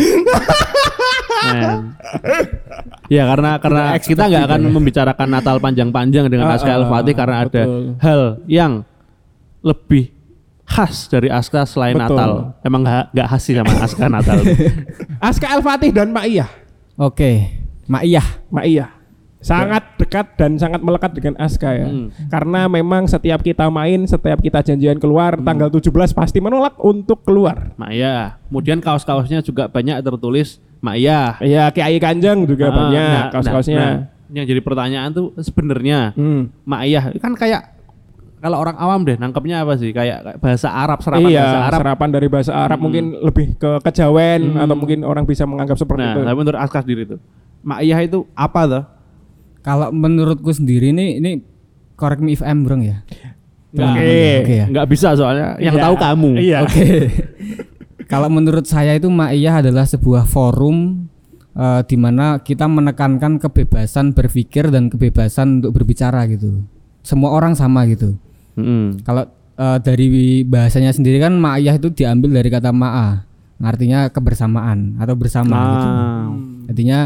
Ya karena kita nggak akan membicarakan Natal panjang-panjang dengan Aska Al-Fatih karena ada hal yang lebih khas dari Aska selain Natal. Emang nggak khas sih sama Aska Natal. Aska Al-Fatih dan Ma'iyah. Oke, Ma'iyah. Sangat dekat dan sangat melekat dengan Aska ya. Karena memang setiap kita main, setiap kita janjian keluar, tanggal 17 pasti menolak untuk keluar. Ma'iyah. Kemudian kaos-kaosnya juga banyak tertulis Ma'iyah. Iya, Kiai Kanjeng juga banyak kaos-kaosnya. Yang jadi pertanyaan tuh sebenarnya Ma'iyah kan kayak kalau orang awam deh nangkepnya apa sih? Kayak bahasa Arab, bahasa Arab. Serapan dari bahasa Arab mungkin lebih ke kejawen atau mungkin orang bisa menganggap seperti itu. Tapi menurut Aska sendiri tuh Ma'iyah itu apa tuh? Kalau menurutku sendiri ini correct me if I'm wrong ya. Oke. Enggak bisa soalnya yang tahu kamu. Iya. Oke. Kalau menurut saya itu Ma'iyah adalah sebuah forum di mana kita menekankan kebebasan berpikir dan kebebasan untuk berbicara gitu. Semua orang sama gitu. Kalau dari bahasanya sendiri kan Ma'iyah itu diambil dari kata ma'a, artinya kebersamaan atau bersama gitu. Artinya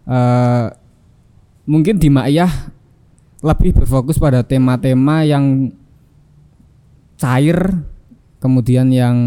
mungkin di Ma'iyah lebih berfokus pada tema-tema yang cair, kemudian yang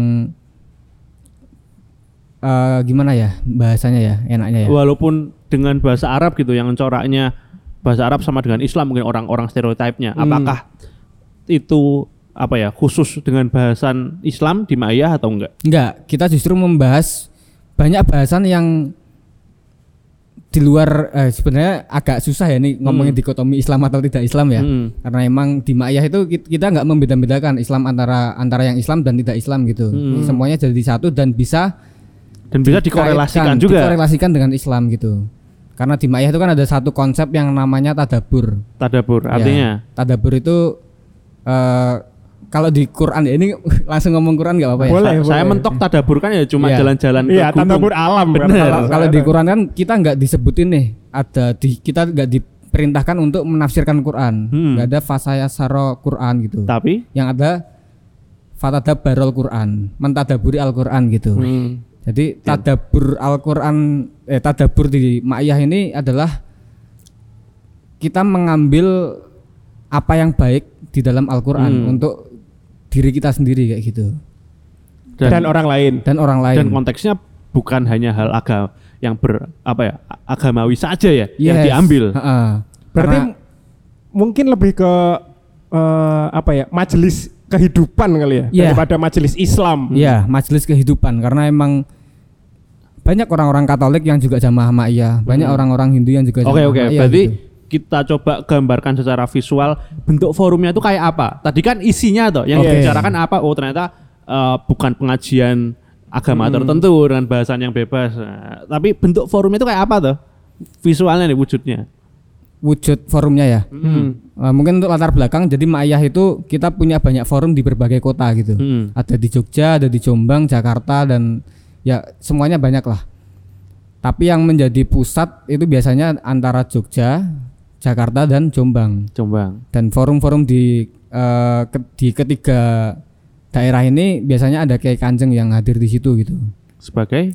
gimana ya bahasanya ya, enaknya ya. Walaupun dengan bahasa Arab gitu yang coraknya bahasa Arab sama dengan Islam mungkin orang-orang stereotipnya. Apakah itu apa ya khusus dengan bahasan Islam di Ma'iyah atau enggak? Enggak, kita justru membahas banyak bahasan yang di luar sebenarnya agak susah ya nih ngomongin dikotomi Islam atau tidak Islam ya. Karena emang di Ma'iyah itu kita nggak membeda-bedakan Islam antara yang Islam dan tidak Islam gitu. Semuanya jadi satu dan bisa dikorelasikan juga. Dikorelasikan dengan Islam gitu. Karena di Ma'iyah itu kan ada satu konsep yang namanya tadabbur. Tadabbur artinya? Ya, tadabbur itu kalau di Quran ya ini langsung ngomong Quran nggak apa-apa ya? Boleh. Saya mentok tadabbur kan ya cuma jalan-jalan ke gunung. Iya, tadabbur alam. Kalau di Quran kan kita nggak disebutin nih, kita nggak diperintahkan untuk menafsirkan Quran, nggak ada fasayasaro Quran gitu. Tapi yang ada fatadabbarul Quran, mentadaburi Al-Quran gitu. Jadi tadabbur Al-Quran, tadabbur di Ma'iyah ini adalah kita mengambil apa yang baik di dalam Al-Quran untuk diri kita sendiri kayak gitu. Dan orang lain. Dan konteksnya bukan hanya hal agama yang agamawi saja ya yang diambil. Berarti mungkin lebih ke majelis kehidupan kali ya daripada majelis Islam. Iya, majelis kehidupan karena emang banyak orang-orang Katolik yang juga jamaah Ma'iyah, banyak orang-orang Hindu yang juga jamaah Ma'iyah. Berarti gitu. Kita coba gambarkan secara visual bentuk forumnya itu kayak apa. Tadi kan isinya toh yang dibicarakan apa? Oh ternyata bukan pengajian agama tertentu dengan bahasan yang bebas. Tapi bentuk forumnya itu kayak apa toh? Visualnya nih wujudnya. Wujud forumnya ya. Mungkin untuk latar belakang, jadi Ma'iyah itu kita punya banyak forum di berbagai kota gitu. Ada di Jogja, ada di Jombang, Jakarta dan ya semuanya banyak lah. Tapi yang menjadi pusat itu biasanya antara Jogja, Jakarta dan Jombang. Dan forum-forum di ketiga daerah ini biasanya ada Kiai Kanjeng yang hadir di situ gitu. Sebagai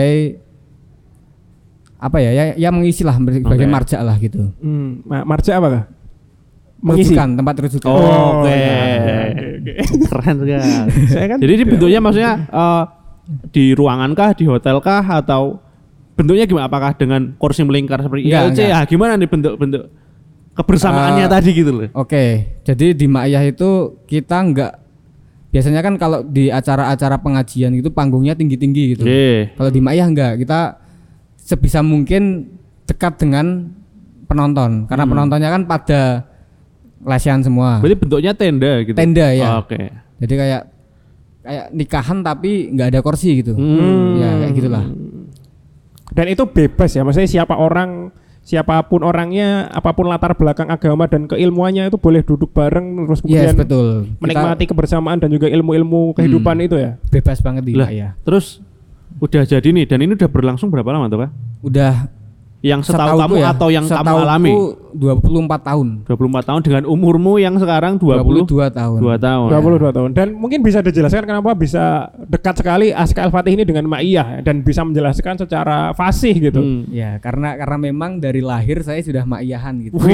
apa ya mengisi lah sebagai marja lah gitu. Marja apa kah? Mengisi tempat rujukan. Oke. Keren kan. Jadi ini bentuknya maksudnya di ruangan kah, di hotel kah, atau bentuknya gimana? Apakah dengan kursi melingkar seperti ILC? Ya gimana nih bentuk-bentuk? kebersamaannya tadi gitu loh. Oke. Jadi di Ma'iyah itu kita biasanya kan kalau di acara-acara pengajian itu panggungnya tinggi-tinggi gitu. Kalau di Ma'iyah enggak, kita sebisa mungkin dekat dengan penonton karena penontonnya kan pada lesehan semua. Berarti bentuknya tenda gitu. Tenda ya. Oke. Jadi kayak nikahan tapi nggak ada kursi gitu. Ya kayak gitulah. Dan itu bebas ya, maksudnya siapapun orangnya, apapun latar belakang agama dan keilmuannya itu boleh duduk bareng terus kemudian betul. Menikmati kebersamaan dan juga ilmu-ilmu kehidupan itu ya. Bebas banget ya. Terus udah jadi nih dan ini udah berlangsung berapa lama tuh Pak? Udah yang setahu kamu atau yang kamu alami? 24 tahun. 24 tahun dengan umurmu yang sekarang 22 tahun. 2 tahun. 22 tahun. Dan mungkin bisa dijelaskan kenapa bisa dekat sekali Aska Al-Fatih ini dengan Ma'iyah dan bisa menjelaskan secara fasih gitu. Ya, karena memang dari lahir saya sudah Ma'iyahan gitu.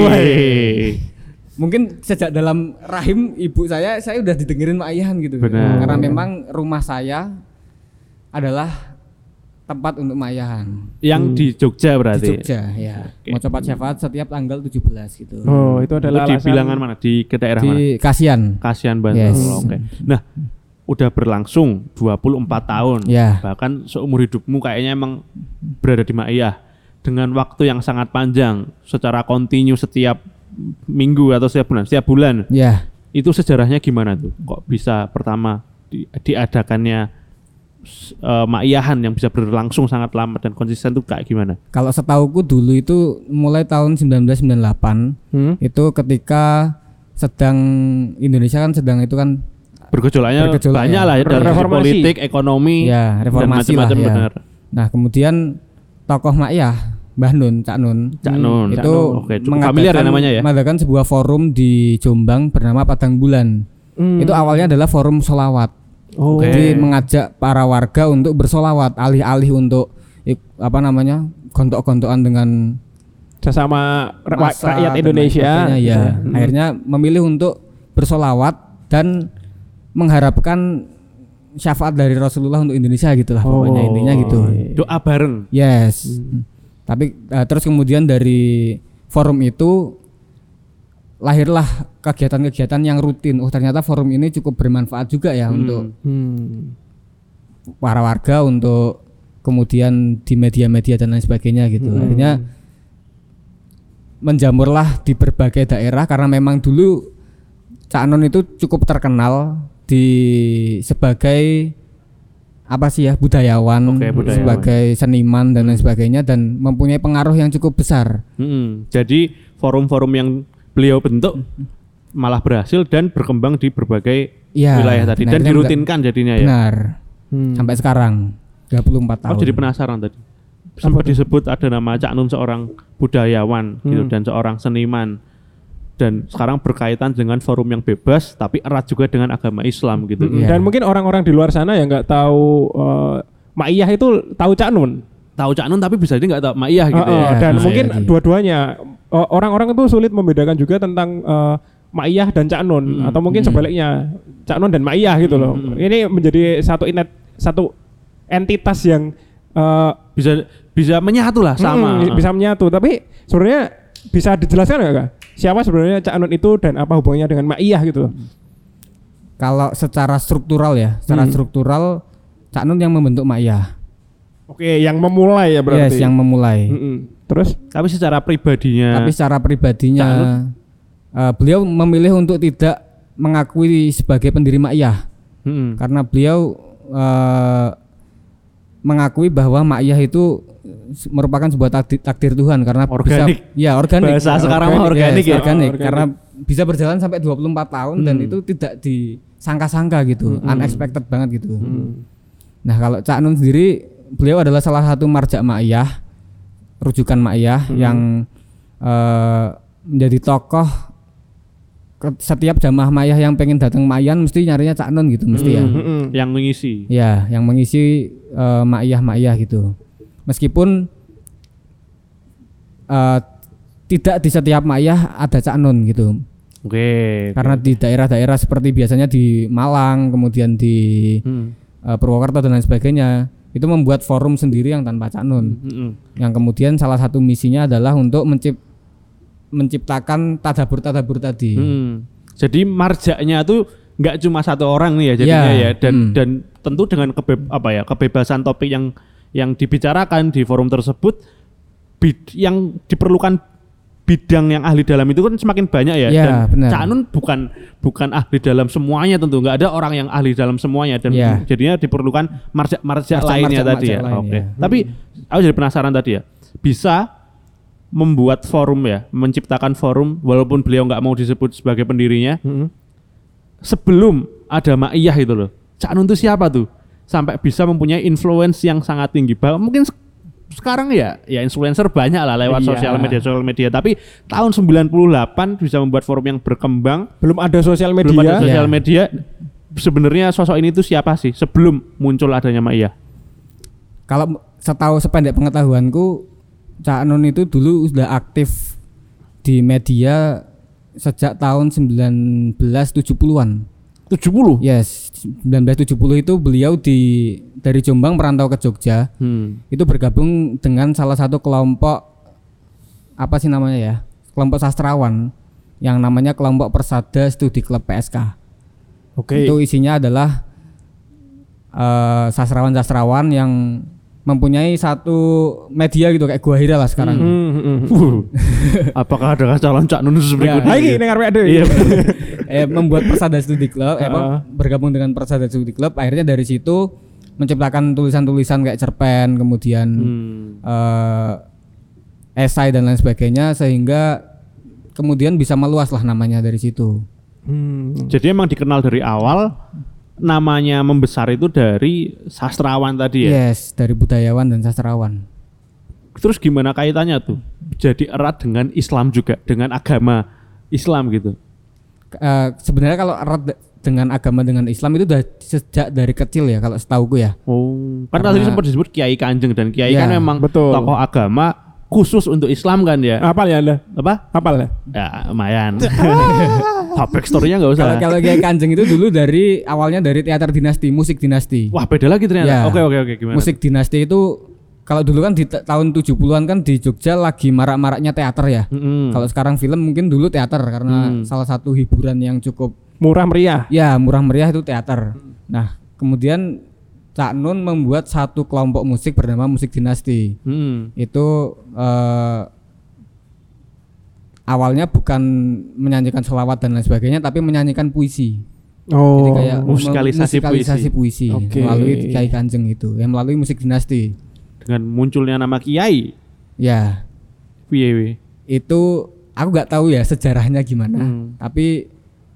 Mungkin sejak dalam rahim ibu saya udah didengerin Ma'iyahan gitu. Benar. Karena memang rumah saya adalah tempat untuk Ma'iyyahan. Yang di Jogja berarti. Di Jogja ya. Mau coba syafaat setiap tanggal 17 gitu. Oh, itu adalah di bilangan mana? Di daerah mana? Di Kasihan. Kasihan Bantul. Yes. Oke. Nah, udah berlangsung 24 tahun. Ya. Bahkan seumur hidupmu kayaknya emang berada di Ma'iyah dengan waktu yang sangat panjang secara kontinu setiap minggu atau setiap bulan. Ya. Itu sejarahnya gimana tuh? Kok bisa pertama diadakannya Ma'iyyahan yang bisa berlangsung sangat lama dan konsisten tuh kayak gimana? Kalau setauku dulu itu mulai tahun 1998 itu ketika Indonesia kan sedang itu kan bergejolaknya banyak lah ya, dari politik, ekonomi, ya, reformasi dan macam-macam lah, ya. Benar. Nah kemudian tokoh Ma'iyah Mbah Nun, Cak Nun itu mengadakan sebuah forum di Jombang bernama Padang Bulan. Itu awalnya adalah forum sholawat. Jadi mengajak para warga untuk bersolawat alih-alih untuk gontok-gontokan dengan sesama rakyat Indonesia. Ya. Akhirnya memilih untuk bersolawat dan mengharapkan syafaat dari Rasulullah untuk Indonesia gitulah pokoknya intinya gitu. Doa bareng. Yes. Tapi terus kemudian dari forum itu lahirlah kegiatan-kegiatan yang rutin. Ternyata forum ini cukup bermanfaat juga ya untuk para warga, untuk kemudian di media-media dan lain sebagainya gitu. Akhirnya menjamurlah di berbagai daerah karena memang dulu Cak Nun itu cukup terkenal sebagai budayawan, sebagai seniman dan lain sebagainya dan mempunyai pengaruh yang cukup besar. Jadi forum-forum yang beliau bentuk malah berhasil dan berkembang di berbagai wilayah tadi dan dirutinkan jadinya ya. Benar. Sampai sekarang 24 tahun. Jadi penasaran tadi. Sempat disebut ada nama Cak Nun seorang budayawan gitu dan seorang seniman dan sekarang berkaitan dengan forum yang bebas tapi erat juga dengan agama Islam gitu. Dan mungkin orang-orang di luar sana yang nggak tahu Ma'iyah itu tahu Cak Nun. Tahu Cak Nun tapi bisa jadi nggak tahu Ma'iyah gitu ya. Dan mungkin dua-duanya orang-orang itu sulit membedakan juga tentang Ma'iyah dan Cak Nun atau mungkin sebaliknya Cak Nun dan Ma'iyah gitu loh. Ini menjadi satu entitas yang bisa menyatu lah sama. Bisa menyatu, tapi sebenarnya bisa dijelaskan nggak Kak? Siapa sebenarnya Cak Nun itu dan apa hubungannya dengan Ma'iyah gitu loh? Kalau secara struktural struktural Cak Nun yang membentuk Ma'iyah. Oke, yang memulai ya berarti. Yes, yang memulai. Terus? Tapi secara pribadinya beliau memilih untuk tidak mengakui sebagai pendiri Ma'iyah. Karena beliau mengakui bahwa Ma'iyah itu merupakan sebuah takdir Tuhan karena organik. Organik. Bahasa sekarang organik ya. Organik. Karena bisa berjalan sampai 24 tahun dan itu tidak disangka-sangka gitu, unexpected banget gitu. Nah, kalau Cak Nun sendiri beliau adalah salah satu marja Ma'iyah, rujukan Ma'iyah yang menjadi tokoh. Setiap jamaah Ma'iyah yang pengen datang Ma'iyah mesti nyarinya Cak Nun gitu mesti ya. Yang mengisi. Ya, yang mengisi Ma'iyah gitu. Meskipun tidak di setiap Ma'iyah ada Cak Nun gitu. Karena di daerah-daerah seperti biasanya di Malang, kemudian di Purwokerto dan lain sebagainya, itu membuat forum sendiri yang tanpa Cak Nun. Yang kemudian salah satu misinya adalah untuk menciptakan tadabur tadi. Jadi marjaknya tuh nggak cuma satu orang nih ya jadinya ya, dan tentu dengan kebebasan topik yang dibicarakan di forum tersebut, yang diperlukan bidang yang ahli dalam itu kan semakin banyak ya, dan Cak Nun bukan ahli dalam semuanya, tentu nggak ada orang yang ahli dalam semuanya, dan jadinya diperlukan marjak lainnya tadi ya. Oke. Tapi aku jadi penasaran tadi ya, bisa membuat forum ya, menciptakan forum walaupun beliau nggak mau disebut sebagai pendirinya. Sebelum ada Ma'iyah itu loh, Cak Nun itu siapa tuh sampai bisa mempunyai influence yang sangat tinggi? Mungkin sekarang ya influencer banyak lah lewat sosial media, tapi tahun 98 bisa membuat forum yang berkembang. Belum ada sosial media. Sebenarnya sosok ini tuh siapa sih sebelum muncul adanya Ma'iyah? Kalau sependek pengetahuanku, Cak Nun itu dulu sudah aktif di media sejak tahun 1970-an. 70? Yes, 1970 itu beliau dari Jombang merantau ke Jogja. Itu bergabung dengan salah satu kelompok apa sih namanya ya? Kelompok sastrawan yang namanya Kelompok Persada Studi Klub PSK. Oke. Itu isinya adalah sastrawan-sastrawan yang mempunyai satu media gitu kayak Gua Hira lah sekarang. Apakah ada calon Cak Nun berikutnya? Lagi dengar ada. Iya. Membuat Persada Studi Club, bergabung dengan Persada Studi Club, akhirnya dari situ menciptakan tulisan-tulisan kayak cerpen, kemudian esai dan lain sebagainya, sehingga kemudian bisa meluas lah namanya dari situ. Jadi emang dikenal dari awal. Namanya membesar itu dari sastrawan tadi ya? Yes, dari budayawan dan sastrawan. Terus gimana kaitannya tuh? Jadi erat dengan Islam juga, dengan agama Islam gitu? Sebenarnya kalau erat dengan agama dengan Islam itu udah sejak dari kecil ya kalau setauku ya. Kan tadi sempat disebut Kiai Kanjeng, dan Kiai kan memang tokoh agama khusus untuk Islam kan ya. Hafal ya Anda? Apa? Hafal ya? Ya lumayan. Back story-nya nggak usah. Kalau Kiai Kanjeng itu dulu awalnya dari teater dinasti, musik dinasti. Wah, beda lagi ternyata. Ya. Oke, gimana? Musik dinasti itu kalau dulu kan di tahun 70-an kan di Jogja lagi marak-maraknya teater ya. Kalau sekarang film mungkin dulu teater karena salah satu hiburan yang cukup murah meriah. Ya, murah meriah itu teater. Nah, kemudian Cak Nun membuat satu kelompok musik bernama Musik Dinasti. Itu awalnya bukan menyanyikan sholawat dan lain sebagainya, tapi menyanyikan puisi. Jadi kayak musikalisasi puisi melalui Kiai Kanjeng itu, yang melalui Musik Dinasti. Dengan munculnya nama Kiai. Ya. Itu aku nggak tahu ya sejarahnya gimana. Tapi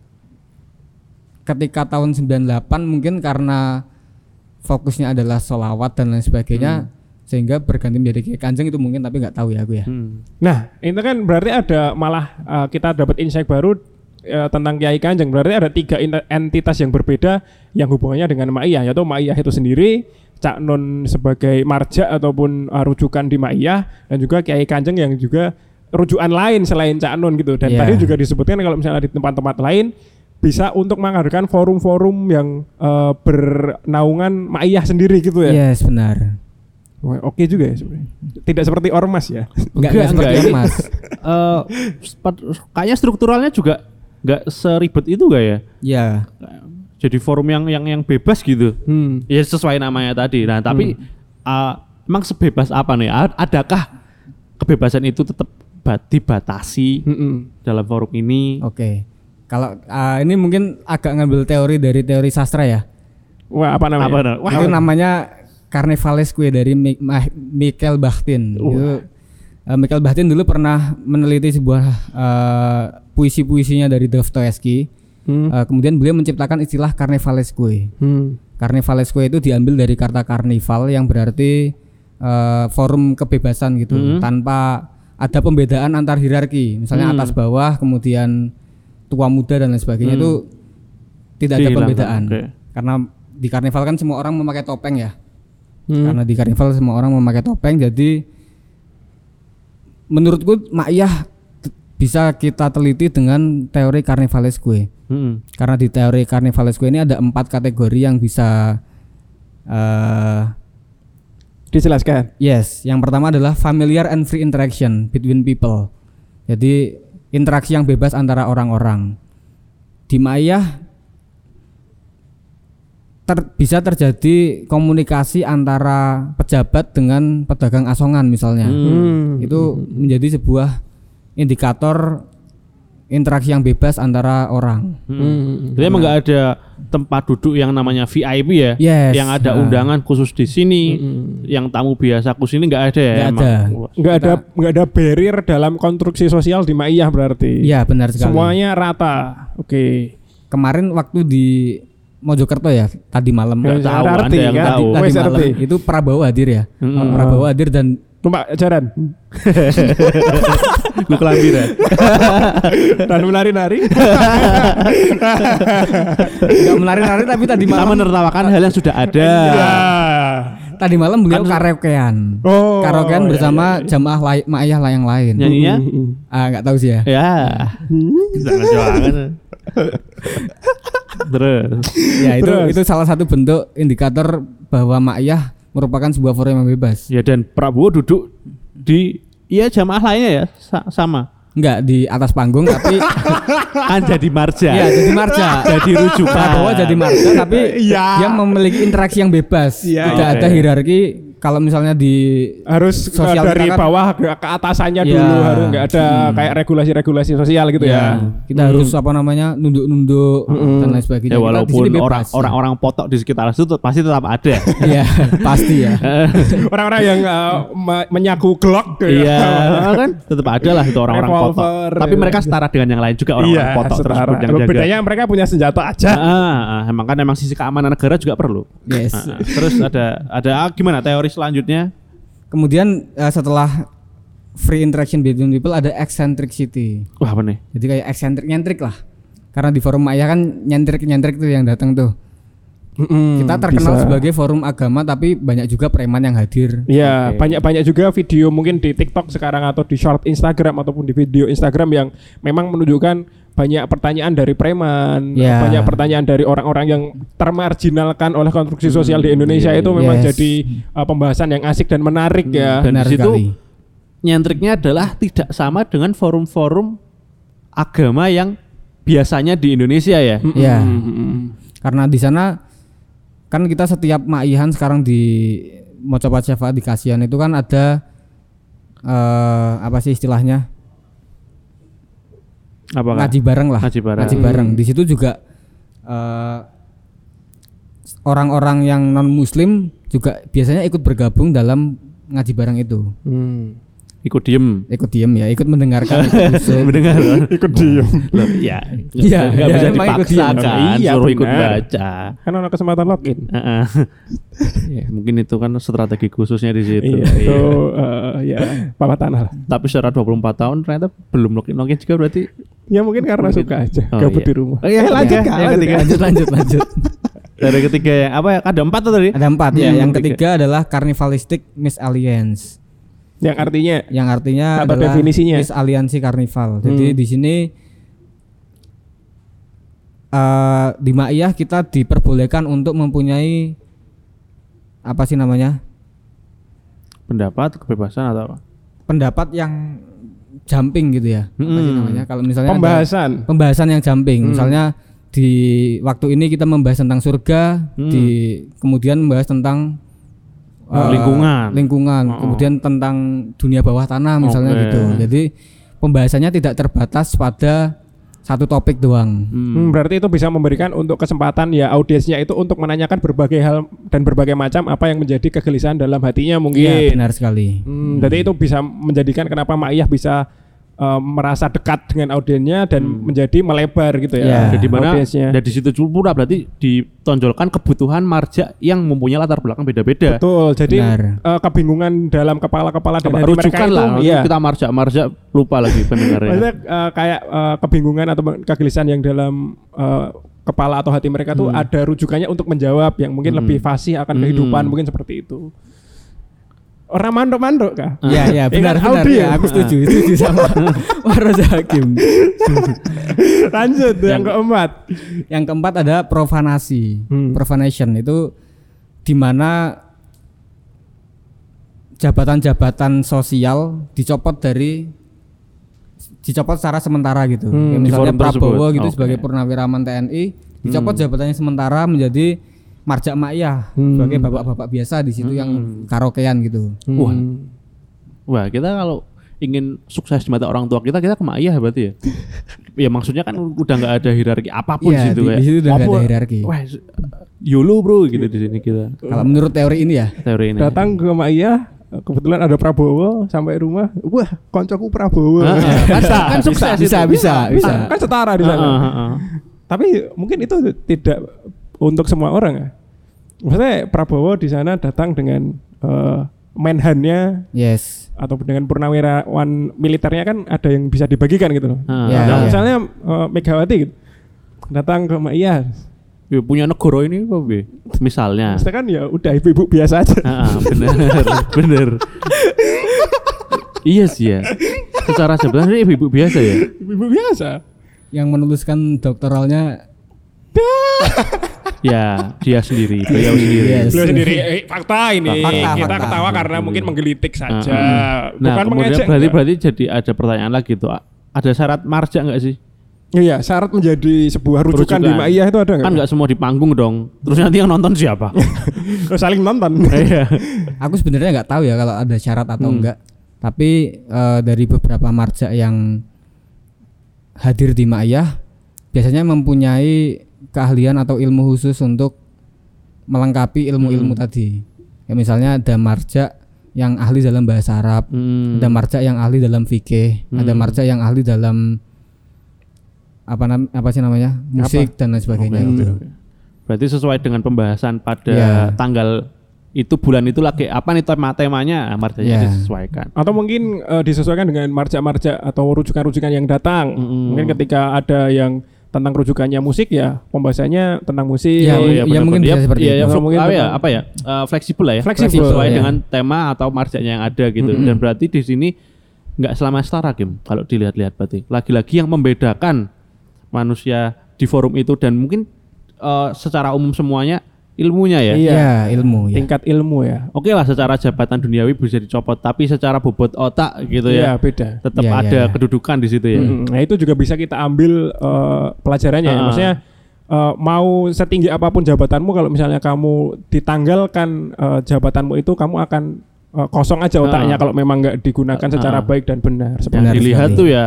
ketika tahun 98 mungkin karena fokusnya adalah sholawat dan lain sebagainya, sehingga berganti menjadi Kiai Kanjeng itu mungkin, tapi nggak tahu ya aku ya. Nah itu kan berarti ada malah kita dapat insight baru tentang Kiai Kanjeng. Berarti ada 3 entitas yang berbeda yang hubungannya dengan Ma'iyah, yaitu Ma'iyah itu sendiri, Cak Nun sebagai marja ataupun rujukan di Ma'iyah, dan juga Kiai Kanjeng yang juga rujukan lain selain Cak Nun gitu. Dan tadi juga disebutkan kalau misalnya di tempat-tempat lain bisa untuk mengadakan forum-forum yang bernaungan Ma'iyah sendiri gitu ya. Yes, benar. Oke juga ya sebenarnya. Tidak seperti ormas ya. Enggak seperti ormas. Kayaknya strukturalnya juga enggak seribet itu enggak ya? Iya. Jadi forum yang bebas gitu. Ya sesuai namanya tadi. Nah, tapi emang sebebas apa nih? Adakah kebebasan itu tetap dibatasi dalam forum ini? Oke. Kalau ini mungkin agak ngambil teori dari teori sastra ya. Wah, apa namanya? Itu namanya Carnevalesque dari Michael Bakhtin. Michael Bakhtin dulu pernah meneliti sebuah puisi-puisinya dari Dostoevsky. Kemudian beliau menciptakan istilah Carnevalesque. Carnevalesque itu diambil dari kata karnival yang berarti forum kebebasan gitu, tanpa ada pembedaan antar hierarki. Misalnya atas bawah, kemudian tua muda dan lain sebagainya, itu tidak ada pembedaan. Karena di karnival kan semua orang memakai topeng ya. Karena di karnival semua orang memakai topeng, jadi menurutku Ma'iyah bisa kita teliti dengan teori Carnevalesque. Karena di teori Carnevalesque ini ada 4 kategori yang bisa dijelaskan. Yes, yang pertama adalah familiar and free interaction between people. Jadi interaksi yang bebas antara orang-orang. Di Ma'iyah bisa terjadi komunikasi antara pejabat dengan pedagang asongan misalnya. Itu menjadi sebuah indikator interaksi yang bebas antara orang. Jadi emang nggak ada tempat duduk yang namanya VIP ya, yang ada undangan khusus di sini, yang tamu biasa khusus ini nggak ada ya. Nggak ada barrier dalam konstruksi sosial di Ma'iyah berarti. Iya benar sekali. Semuanya rata. Oke. Kemarin waktu di Mojokerto ya tadi malam. Nggak tahu ada yang tahu. Tadi malam itu Prabowo hadir ya. Prabowo hadir dan numpak jaran. Lu kelambi ya. Dan menari-nari. Enggak menari-nari tapi tadi malam menertawakan hal yang sudah ada. Tadi malam beliau karaokean. Karaokean bersama jamaah Ma'iyah yang lain. Nyanyinya? Enggak tahu sih ya. Ya. Jangan jangan. Terus. Ya itu salah satu bentuk indikator bahwa Ma'iyah merupakan sebuah forum yang bebas. Ya dan Prabowo duduk di jamaah lainnya ya sama. Enggak di atas panggung tapi kan jadi marja. Iya, jadi marja. Jadi rujukan. Prabowo jadi marja tapi dia memiliki interaksi yang bebas. Tidak ada hierarki. Kalau misalnya harus dari bawah ke atasannya dulu, harus nggak ada kayak regulasi-regulasi sosial gitu ya. Kita harus nunduk-nunduk dan lain sebagainya. Ya walaupun orang-orang potok di sekitar situ pasti tetap ada. Iya, pasti ya. Orang-orang yang menyaku Glock. Iya, kan tetap ada lah itu orang-orang potok. Tapi mereka setara dengan yang lain juga orang-orang potok tersebut yang jaga. Bedanya mereka punya senjata aja. Emang sisi keamanan negara juga perlu. Yes. Terus ada gimana teori selanjutnya? Kemudian setelah free interaction between people ada eccentricity. Wah apa nih? Jadi kayak nyentrik lah. Karena di forum Ma'iyah kan nyentrik tuh yang datang tuh. Kita terkenal sebagai forum agama tapi banyak juga preman yang hadir. Iya, banyak juga video mungkin di TikTok sekarang atau di short Instagram ataupun di video Instagram yang memang menunjukkan banyak pertanyaan dari preman, banyak pertanyaan dari orang-orang yang termarginalkan oleh konstruksi sosial di Indonesia itu memang jadi pembahasan yang asik dan menarik ya. Dan di situ nyentriknya adalah tidak sama dengan forum-forum agama yang biasanya di Indonesia ya. Iya. Karena di sana kan kita setiap Ma'iyahan sekarang di Mocopat Syafaat di Kasihan itu kan ada apa sih istilahnya? Apakah? Ngaji bareng lah. Ngaji bareng. Di situ juga orang-orang yang non Muslim juga biasanya ikut bergabung dalam ngaji bareng itu. Ikut diem ya, ikut mendengarkan. Ikut diem. Ya, nggak bisa dipaksakan, suruh ikut baca. Kan ada kesempatan login. Mungkin itu kan strategi khususnya di situ. Itu bawah tanah. Tapi secara 24 tahun ternyata belum login juga berarti. Ya mungkin karena suka aja gabut di rumah. Lanjut. Dari ketiga yang apa ya? Ada 4 tuh tadi? Ada 4 ya. Yang ketiga adalah carnivalistic misalliance. Yang artinya adalah definisinya misaliansi karnival. Jadi di sini di Ma'iyah kita diperbolehkan untuk mempunyai apa sih namanya? Pendapat, kebebasan atau apa? Pendapat yang jumping gitu ya. Apa sih namanya? Kalau misalnya pembahasan yang jumping, misalnya di waktu ini kita membahas tentang surga, kemudian membahas tentang lingkungan, kemudian tentang dunia bawah tanah misalnya gitu. Jadi pembahasannya tidak terbatas pada satu topik doang. Berarti itu bisa memberikan untuk kesempatan ya audiensnya itu untuk menanyakan berbagai hal dan berbagai macam apa yang menjadi kegelisahan dalam hatinya mungkin. Iya, benar sekali. Jadi itu bisa menjadikan kenapa Ma'iyah bisa merasa dekat dengan audiensnya dan menjadi melebar gitu ya. Jadi mana dan di situ pula berarti ditonjolkan kebutuhan marja yang mempunyai latar belakang beda-beda. Betul. Jadi kebingungan dalam kepala-kepala dan rujukan lah. Kita marja lupa lagi pendengarnya. Maksudnya kayak kebingungan atau kegelisahan yang dalam kepala atau hati mereka tuh ada rujukannya untuk menjawab yang mungkin lebih fasih akan kehidupan mungkin seperti itu. Orang mandok kah? Ya benar ya, aku setuju sama Waroza Hakim. Lanjut yang keempat. Yang keempat ada profanasi. Profanation itu di mana jabatan-jabatan sosial dicopot dari dicopot secara sementara gitu. Ya, misalnya Prabowo gitu sebagai purnawirawan TNI dicopot jabatannya sementara menjadi marja ma'iyah sebagai bapak-bapak biasa di situ yang karaokean gitu. Wah, kita kalau ingin sukses di mata orang tua kita ke ma'iyah berarti ya. Ya maksudnya kan udah enggak ada hierarki apapun ya, di situ kayak. Di situ udah enggak ada hierarki. Wah, YOLO bro gitu di sini kita. Kalau menurut teori ini ya. Teori ini. Datang ke ma'iyah, kebetulan ada Prabowo, sampai rumah, wah koncoku Prabowo. Kan sukses bisa. Kan setara di sana. Tapi mungkin itu tidak untuk semua orang ya. Maksudnya Prabowo di sana datang dengan menhannya, yes, atau dengan purnawirawan militernya kan ada yang bisa dibagikan gitu loh. Misalnya Megawati gitu, datang ke ma'iyah. Ya, punya negara ini apa be? Misalnya. Maksudnya kan ya udah ibu-ibu biasa aja. Bener. Iya sih ya. Secara sebenarnya ibu-ibu biasa ya. Ibu-ibu biasa. Yang menuliskan doktoralnya ya dia sendiri, beliau sendiri. Beliau sendiri. Fakta ini. Kita ketawa karena mungkin menggelitik saja. Nah, kemudian berarti jadi ada pertanyaan lagi tuh. Ada syarat marja enggak sih? Iya, syarat menjadi sebuah rujukan di ma'iyah itu ada nggak? Kan nggak semua di panggung dong. Terus nanti yang nonton siapa? Saling nonton. Aku sebenarnya nggak tahu ya kalau ada syarat atau enggak. Tapi dari beberapa marja yang hadir di ma'iyah biasanya mempunyai keahlian atau ilmu khusus untuk melengkapi ilmu-ilmu tadi. Ya misalnya ada marja yang ahli dalam bahasa Arab, ada marja yang ahli dalam fikih, ada marja yang ahli dalam apa sih namanya? Musik dan lain sebagainya. Berarti sesuai dengan pembahasan pada tanggal itu bulan itu lagi apa nih temanya marjanya disesuaikan. Atau mungkin disesuaikan dengan marja-marja atau rujukan-rujukan yang datang. Mungkin ketika ada yang tentang rujukannya musik ya pembahasannya tentang musik. Ya mungkin bisa seperti itu. Mungkin fleksibel lah ya. Fleksibel sesuai dengan tema atau marjanya yang ada gitu. Dan berarti di sini nggak selama setara Kim. Kalau dilihat-lihat berarti lagi-lagi yang membedakan manusia di forum itu dan mungkin secara umum semuanya ilmunya ya. Iya, ilmu ya. Tingkat ilmu ya. Oke lah secara jabatan duniawi bisa dicopot tapi secara bobot otak gitu ya. Iya, beda. Tetap ada kedudukan di situ ya. Nah, itu juga bisa kita ambil pelajarannya ya. Maksudnya mau setinggi apapun jabatanmu kalau misalnya kamu ditanggalkan jabatanmu itu kamu akan kosong aja otaknya kalau memang enggak digunakan secara baik dan benar. Yang dilihat tuh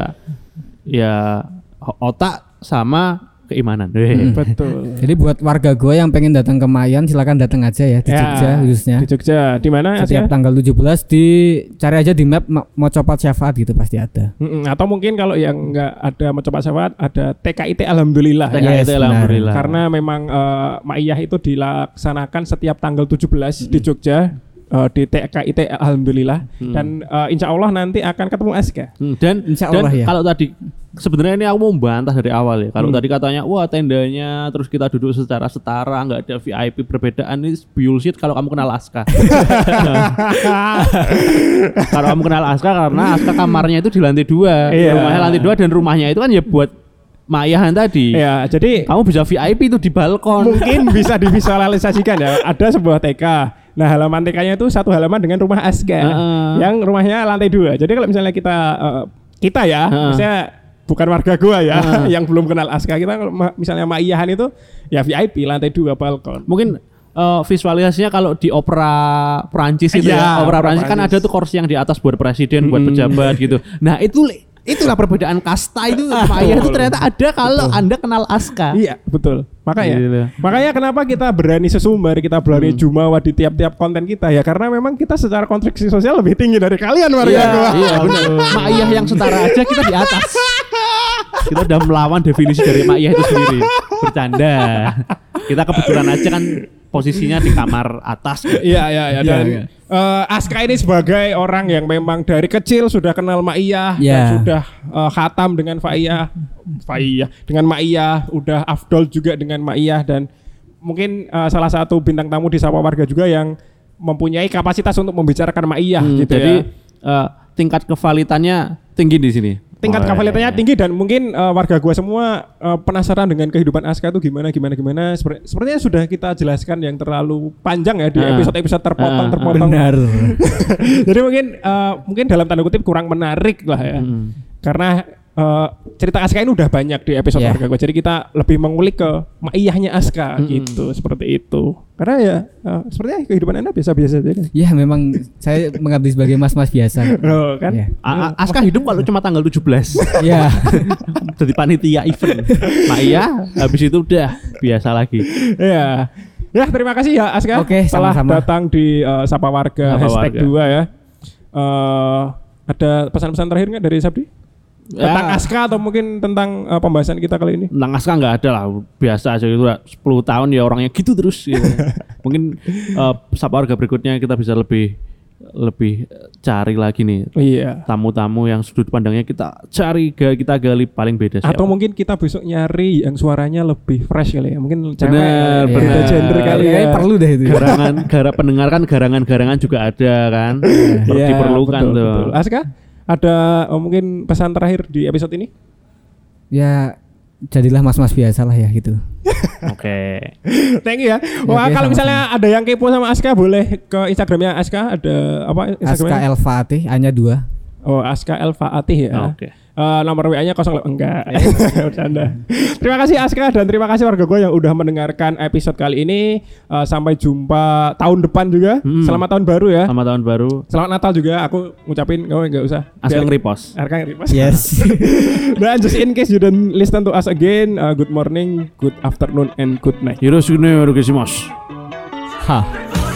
ya otak sama keimanan. Betul. Jadi buat warga gua yang pengen datang ke Mayan silakan datang aja ya di Jogja khususnya. Di Jogja. Di mana? Setiap tanggal 17 dicari aja di map mau copot syafaat gitu pasti ada. Atau mungkin kalau yang enggak ada mau copot syafaat ada TKIT alhamdulillah. TKIT alhamdulillah. Karena memang ma'iyah itu dilaksanakan setiap tanggal 17 di Jogja. Di TKIT alhamdulillah dan insya Allah nanti akan ketemu SK. Dan kalau tadi sebenarnya ini aku mau membantah dari awal ya. Kalau tadi katanya wah tendanya terus kita duduk secara setara nggak ada VIP perbedaan ini bullshit kalau kamu kenal Aska. Kalau kamu kenal Aska karena Aska kamarnya itu di lantai 2, rumahnya lantai 2 dan rumahnya itu kan ya buat ma'iyah tadi. Ya, jadi kamu bisa VIP itu di balkon. Mungkin bisa divisualisasikan ya. Ada sebuah TK. Nah, halaman TK-nya itu satu halaman dengan rumah Aska yang rumahnya lantai 2. Jadi kalau misalnya kita ya, misalnya bukan warga gua ya, yang belum kenal Aska, kita misalnya ma'iyahan itu ya VIP lantai 2 balkon. Mungkin visualisasinya kalau di opera Prancis itu opera Prancis kan ada tuh kursi yang di atas buat presiden, buat pejabat gitu. Nah, itulah perbedaan kasta itu ma'iyah itu ternyata ada kalau Anda kenal Aska. Iya, betul. Makanya kenapa kita berani sesumbar, kita berani jumawa di tiap-tiap konten kita ya karena memang kita secara konstruksi sosial lebih tinggi dari kalian warga gua. Iya, benar. Ma'iyah yang setara aja kita di atas. Kita udah melawan definisi dari ma'iyah itu sendiri. Bercanda. Kita kebetulan aja kan posisinya di kamar atas. Iya. Dan Aska ini sebagai orang yang memang dari kecil sudah kenal ma'iyah dan sudah khatam dengan fa'iyah dengan ma'iyah, udah afdol juga dengan ma'iyah dan mungkin salah satu bintang tamu di Sapa Warga juga yang mempunyai kapasitas untuk membicarakan ma'iyah gitu. Jadi tingkat kevalitannya tinggi di sini. Tingkat kevalitannya tinggi dan mungkin warga gua semua penasaran dengan kehidupan Aska itu gimana. Sepertinya sudah kita jelaskan yang terlalu panjang ya di episode-episode terpotong. Benar. Jadi mungkin dalam tanda kutip kurang menarik lah ya. Karena cerita Aska ini udah banyak di episode Warga Gua. Jadi kita lebih mengulik ke maiyahnya Aska gitu, seperti itu. Karena ya sepertinya kehidupan Anda biasa-biasa aja kan. Ya memang saya mengabdi sebagai mas-mas biasa. Oh, kan? Ya. Aska hidup kalau cuma tanggal 17. Iya. Jadi panitia event. Maiya habis itu udah biasa lagi. Iya. Ya, terima kasih ya Aska. Oke, telah sama-sama. datang di Sapa Warga #2 ya. Ada pesan-pesan terakhir nggak dari Sabdi? Tentang Aska atau mungkin tentang pembahasan kita kali ini? Tentang Aska nggak ada lah, biasa aja gitu. 10 tahun ya orangnya gitu terus. Gitu. Mungkin Sapa Warga berikutnya kita bisa lebih cari lagi nih tamu-tamu yang sudut pandangnya kita cari, kita gali paling beda siapa. Atau mungkin kita besok nyari yang suaranya lebih fresh kali ya, mungkin bener, beda gender kali ya. Perlu deh itu. Pendengarkan garangan juga ada kan, diperlukan betul, tuh. Betul. Aska, ada mungkin pesan terakhir di episode ini? Ya jadilah mas-mas biasa lah ya gitu. Oke. Thank you ya. Wah, kalau misalnya ada yang kepo sama Aska boleh ke Instagramnya Aska. Ada apa Instagramnya? Aska Elfaatih hanya 2. Oh, Aska Elfaatih ya. Oke. Nomor WA-nya 0 enggak. Bercanda. Terima kasih Aska dan terima kasih warga gue yang udah mendengarkan episode kali ini. Sampai jumpa tahun depan juga. Selamat tahun baru ya. Selamat tahun baru. Selamat Natal juga. Aku ngucapin enggak usah. Aska nge-repost. Aska nge-repost. Yes. Dan just in case you don't listen to us again, good morning, good afternoon and good night. Yoroshiku ne onegaishimasu. Ha.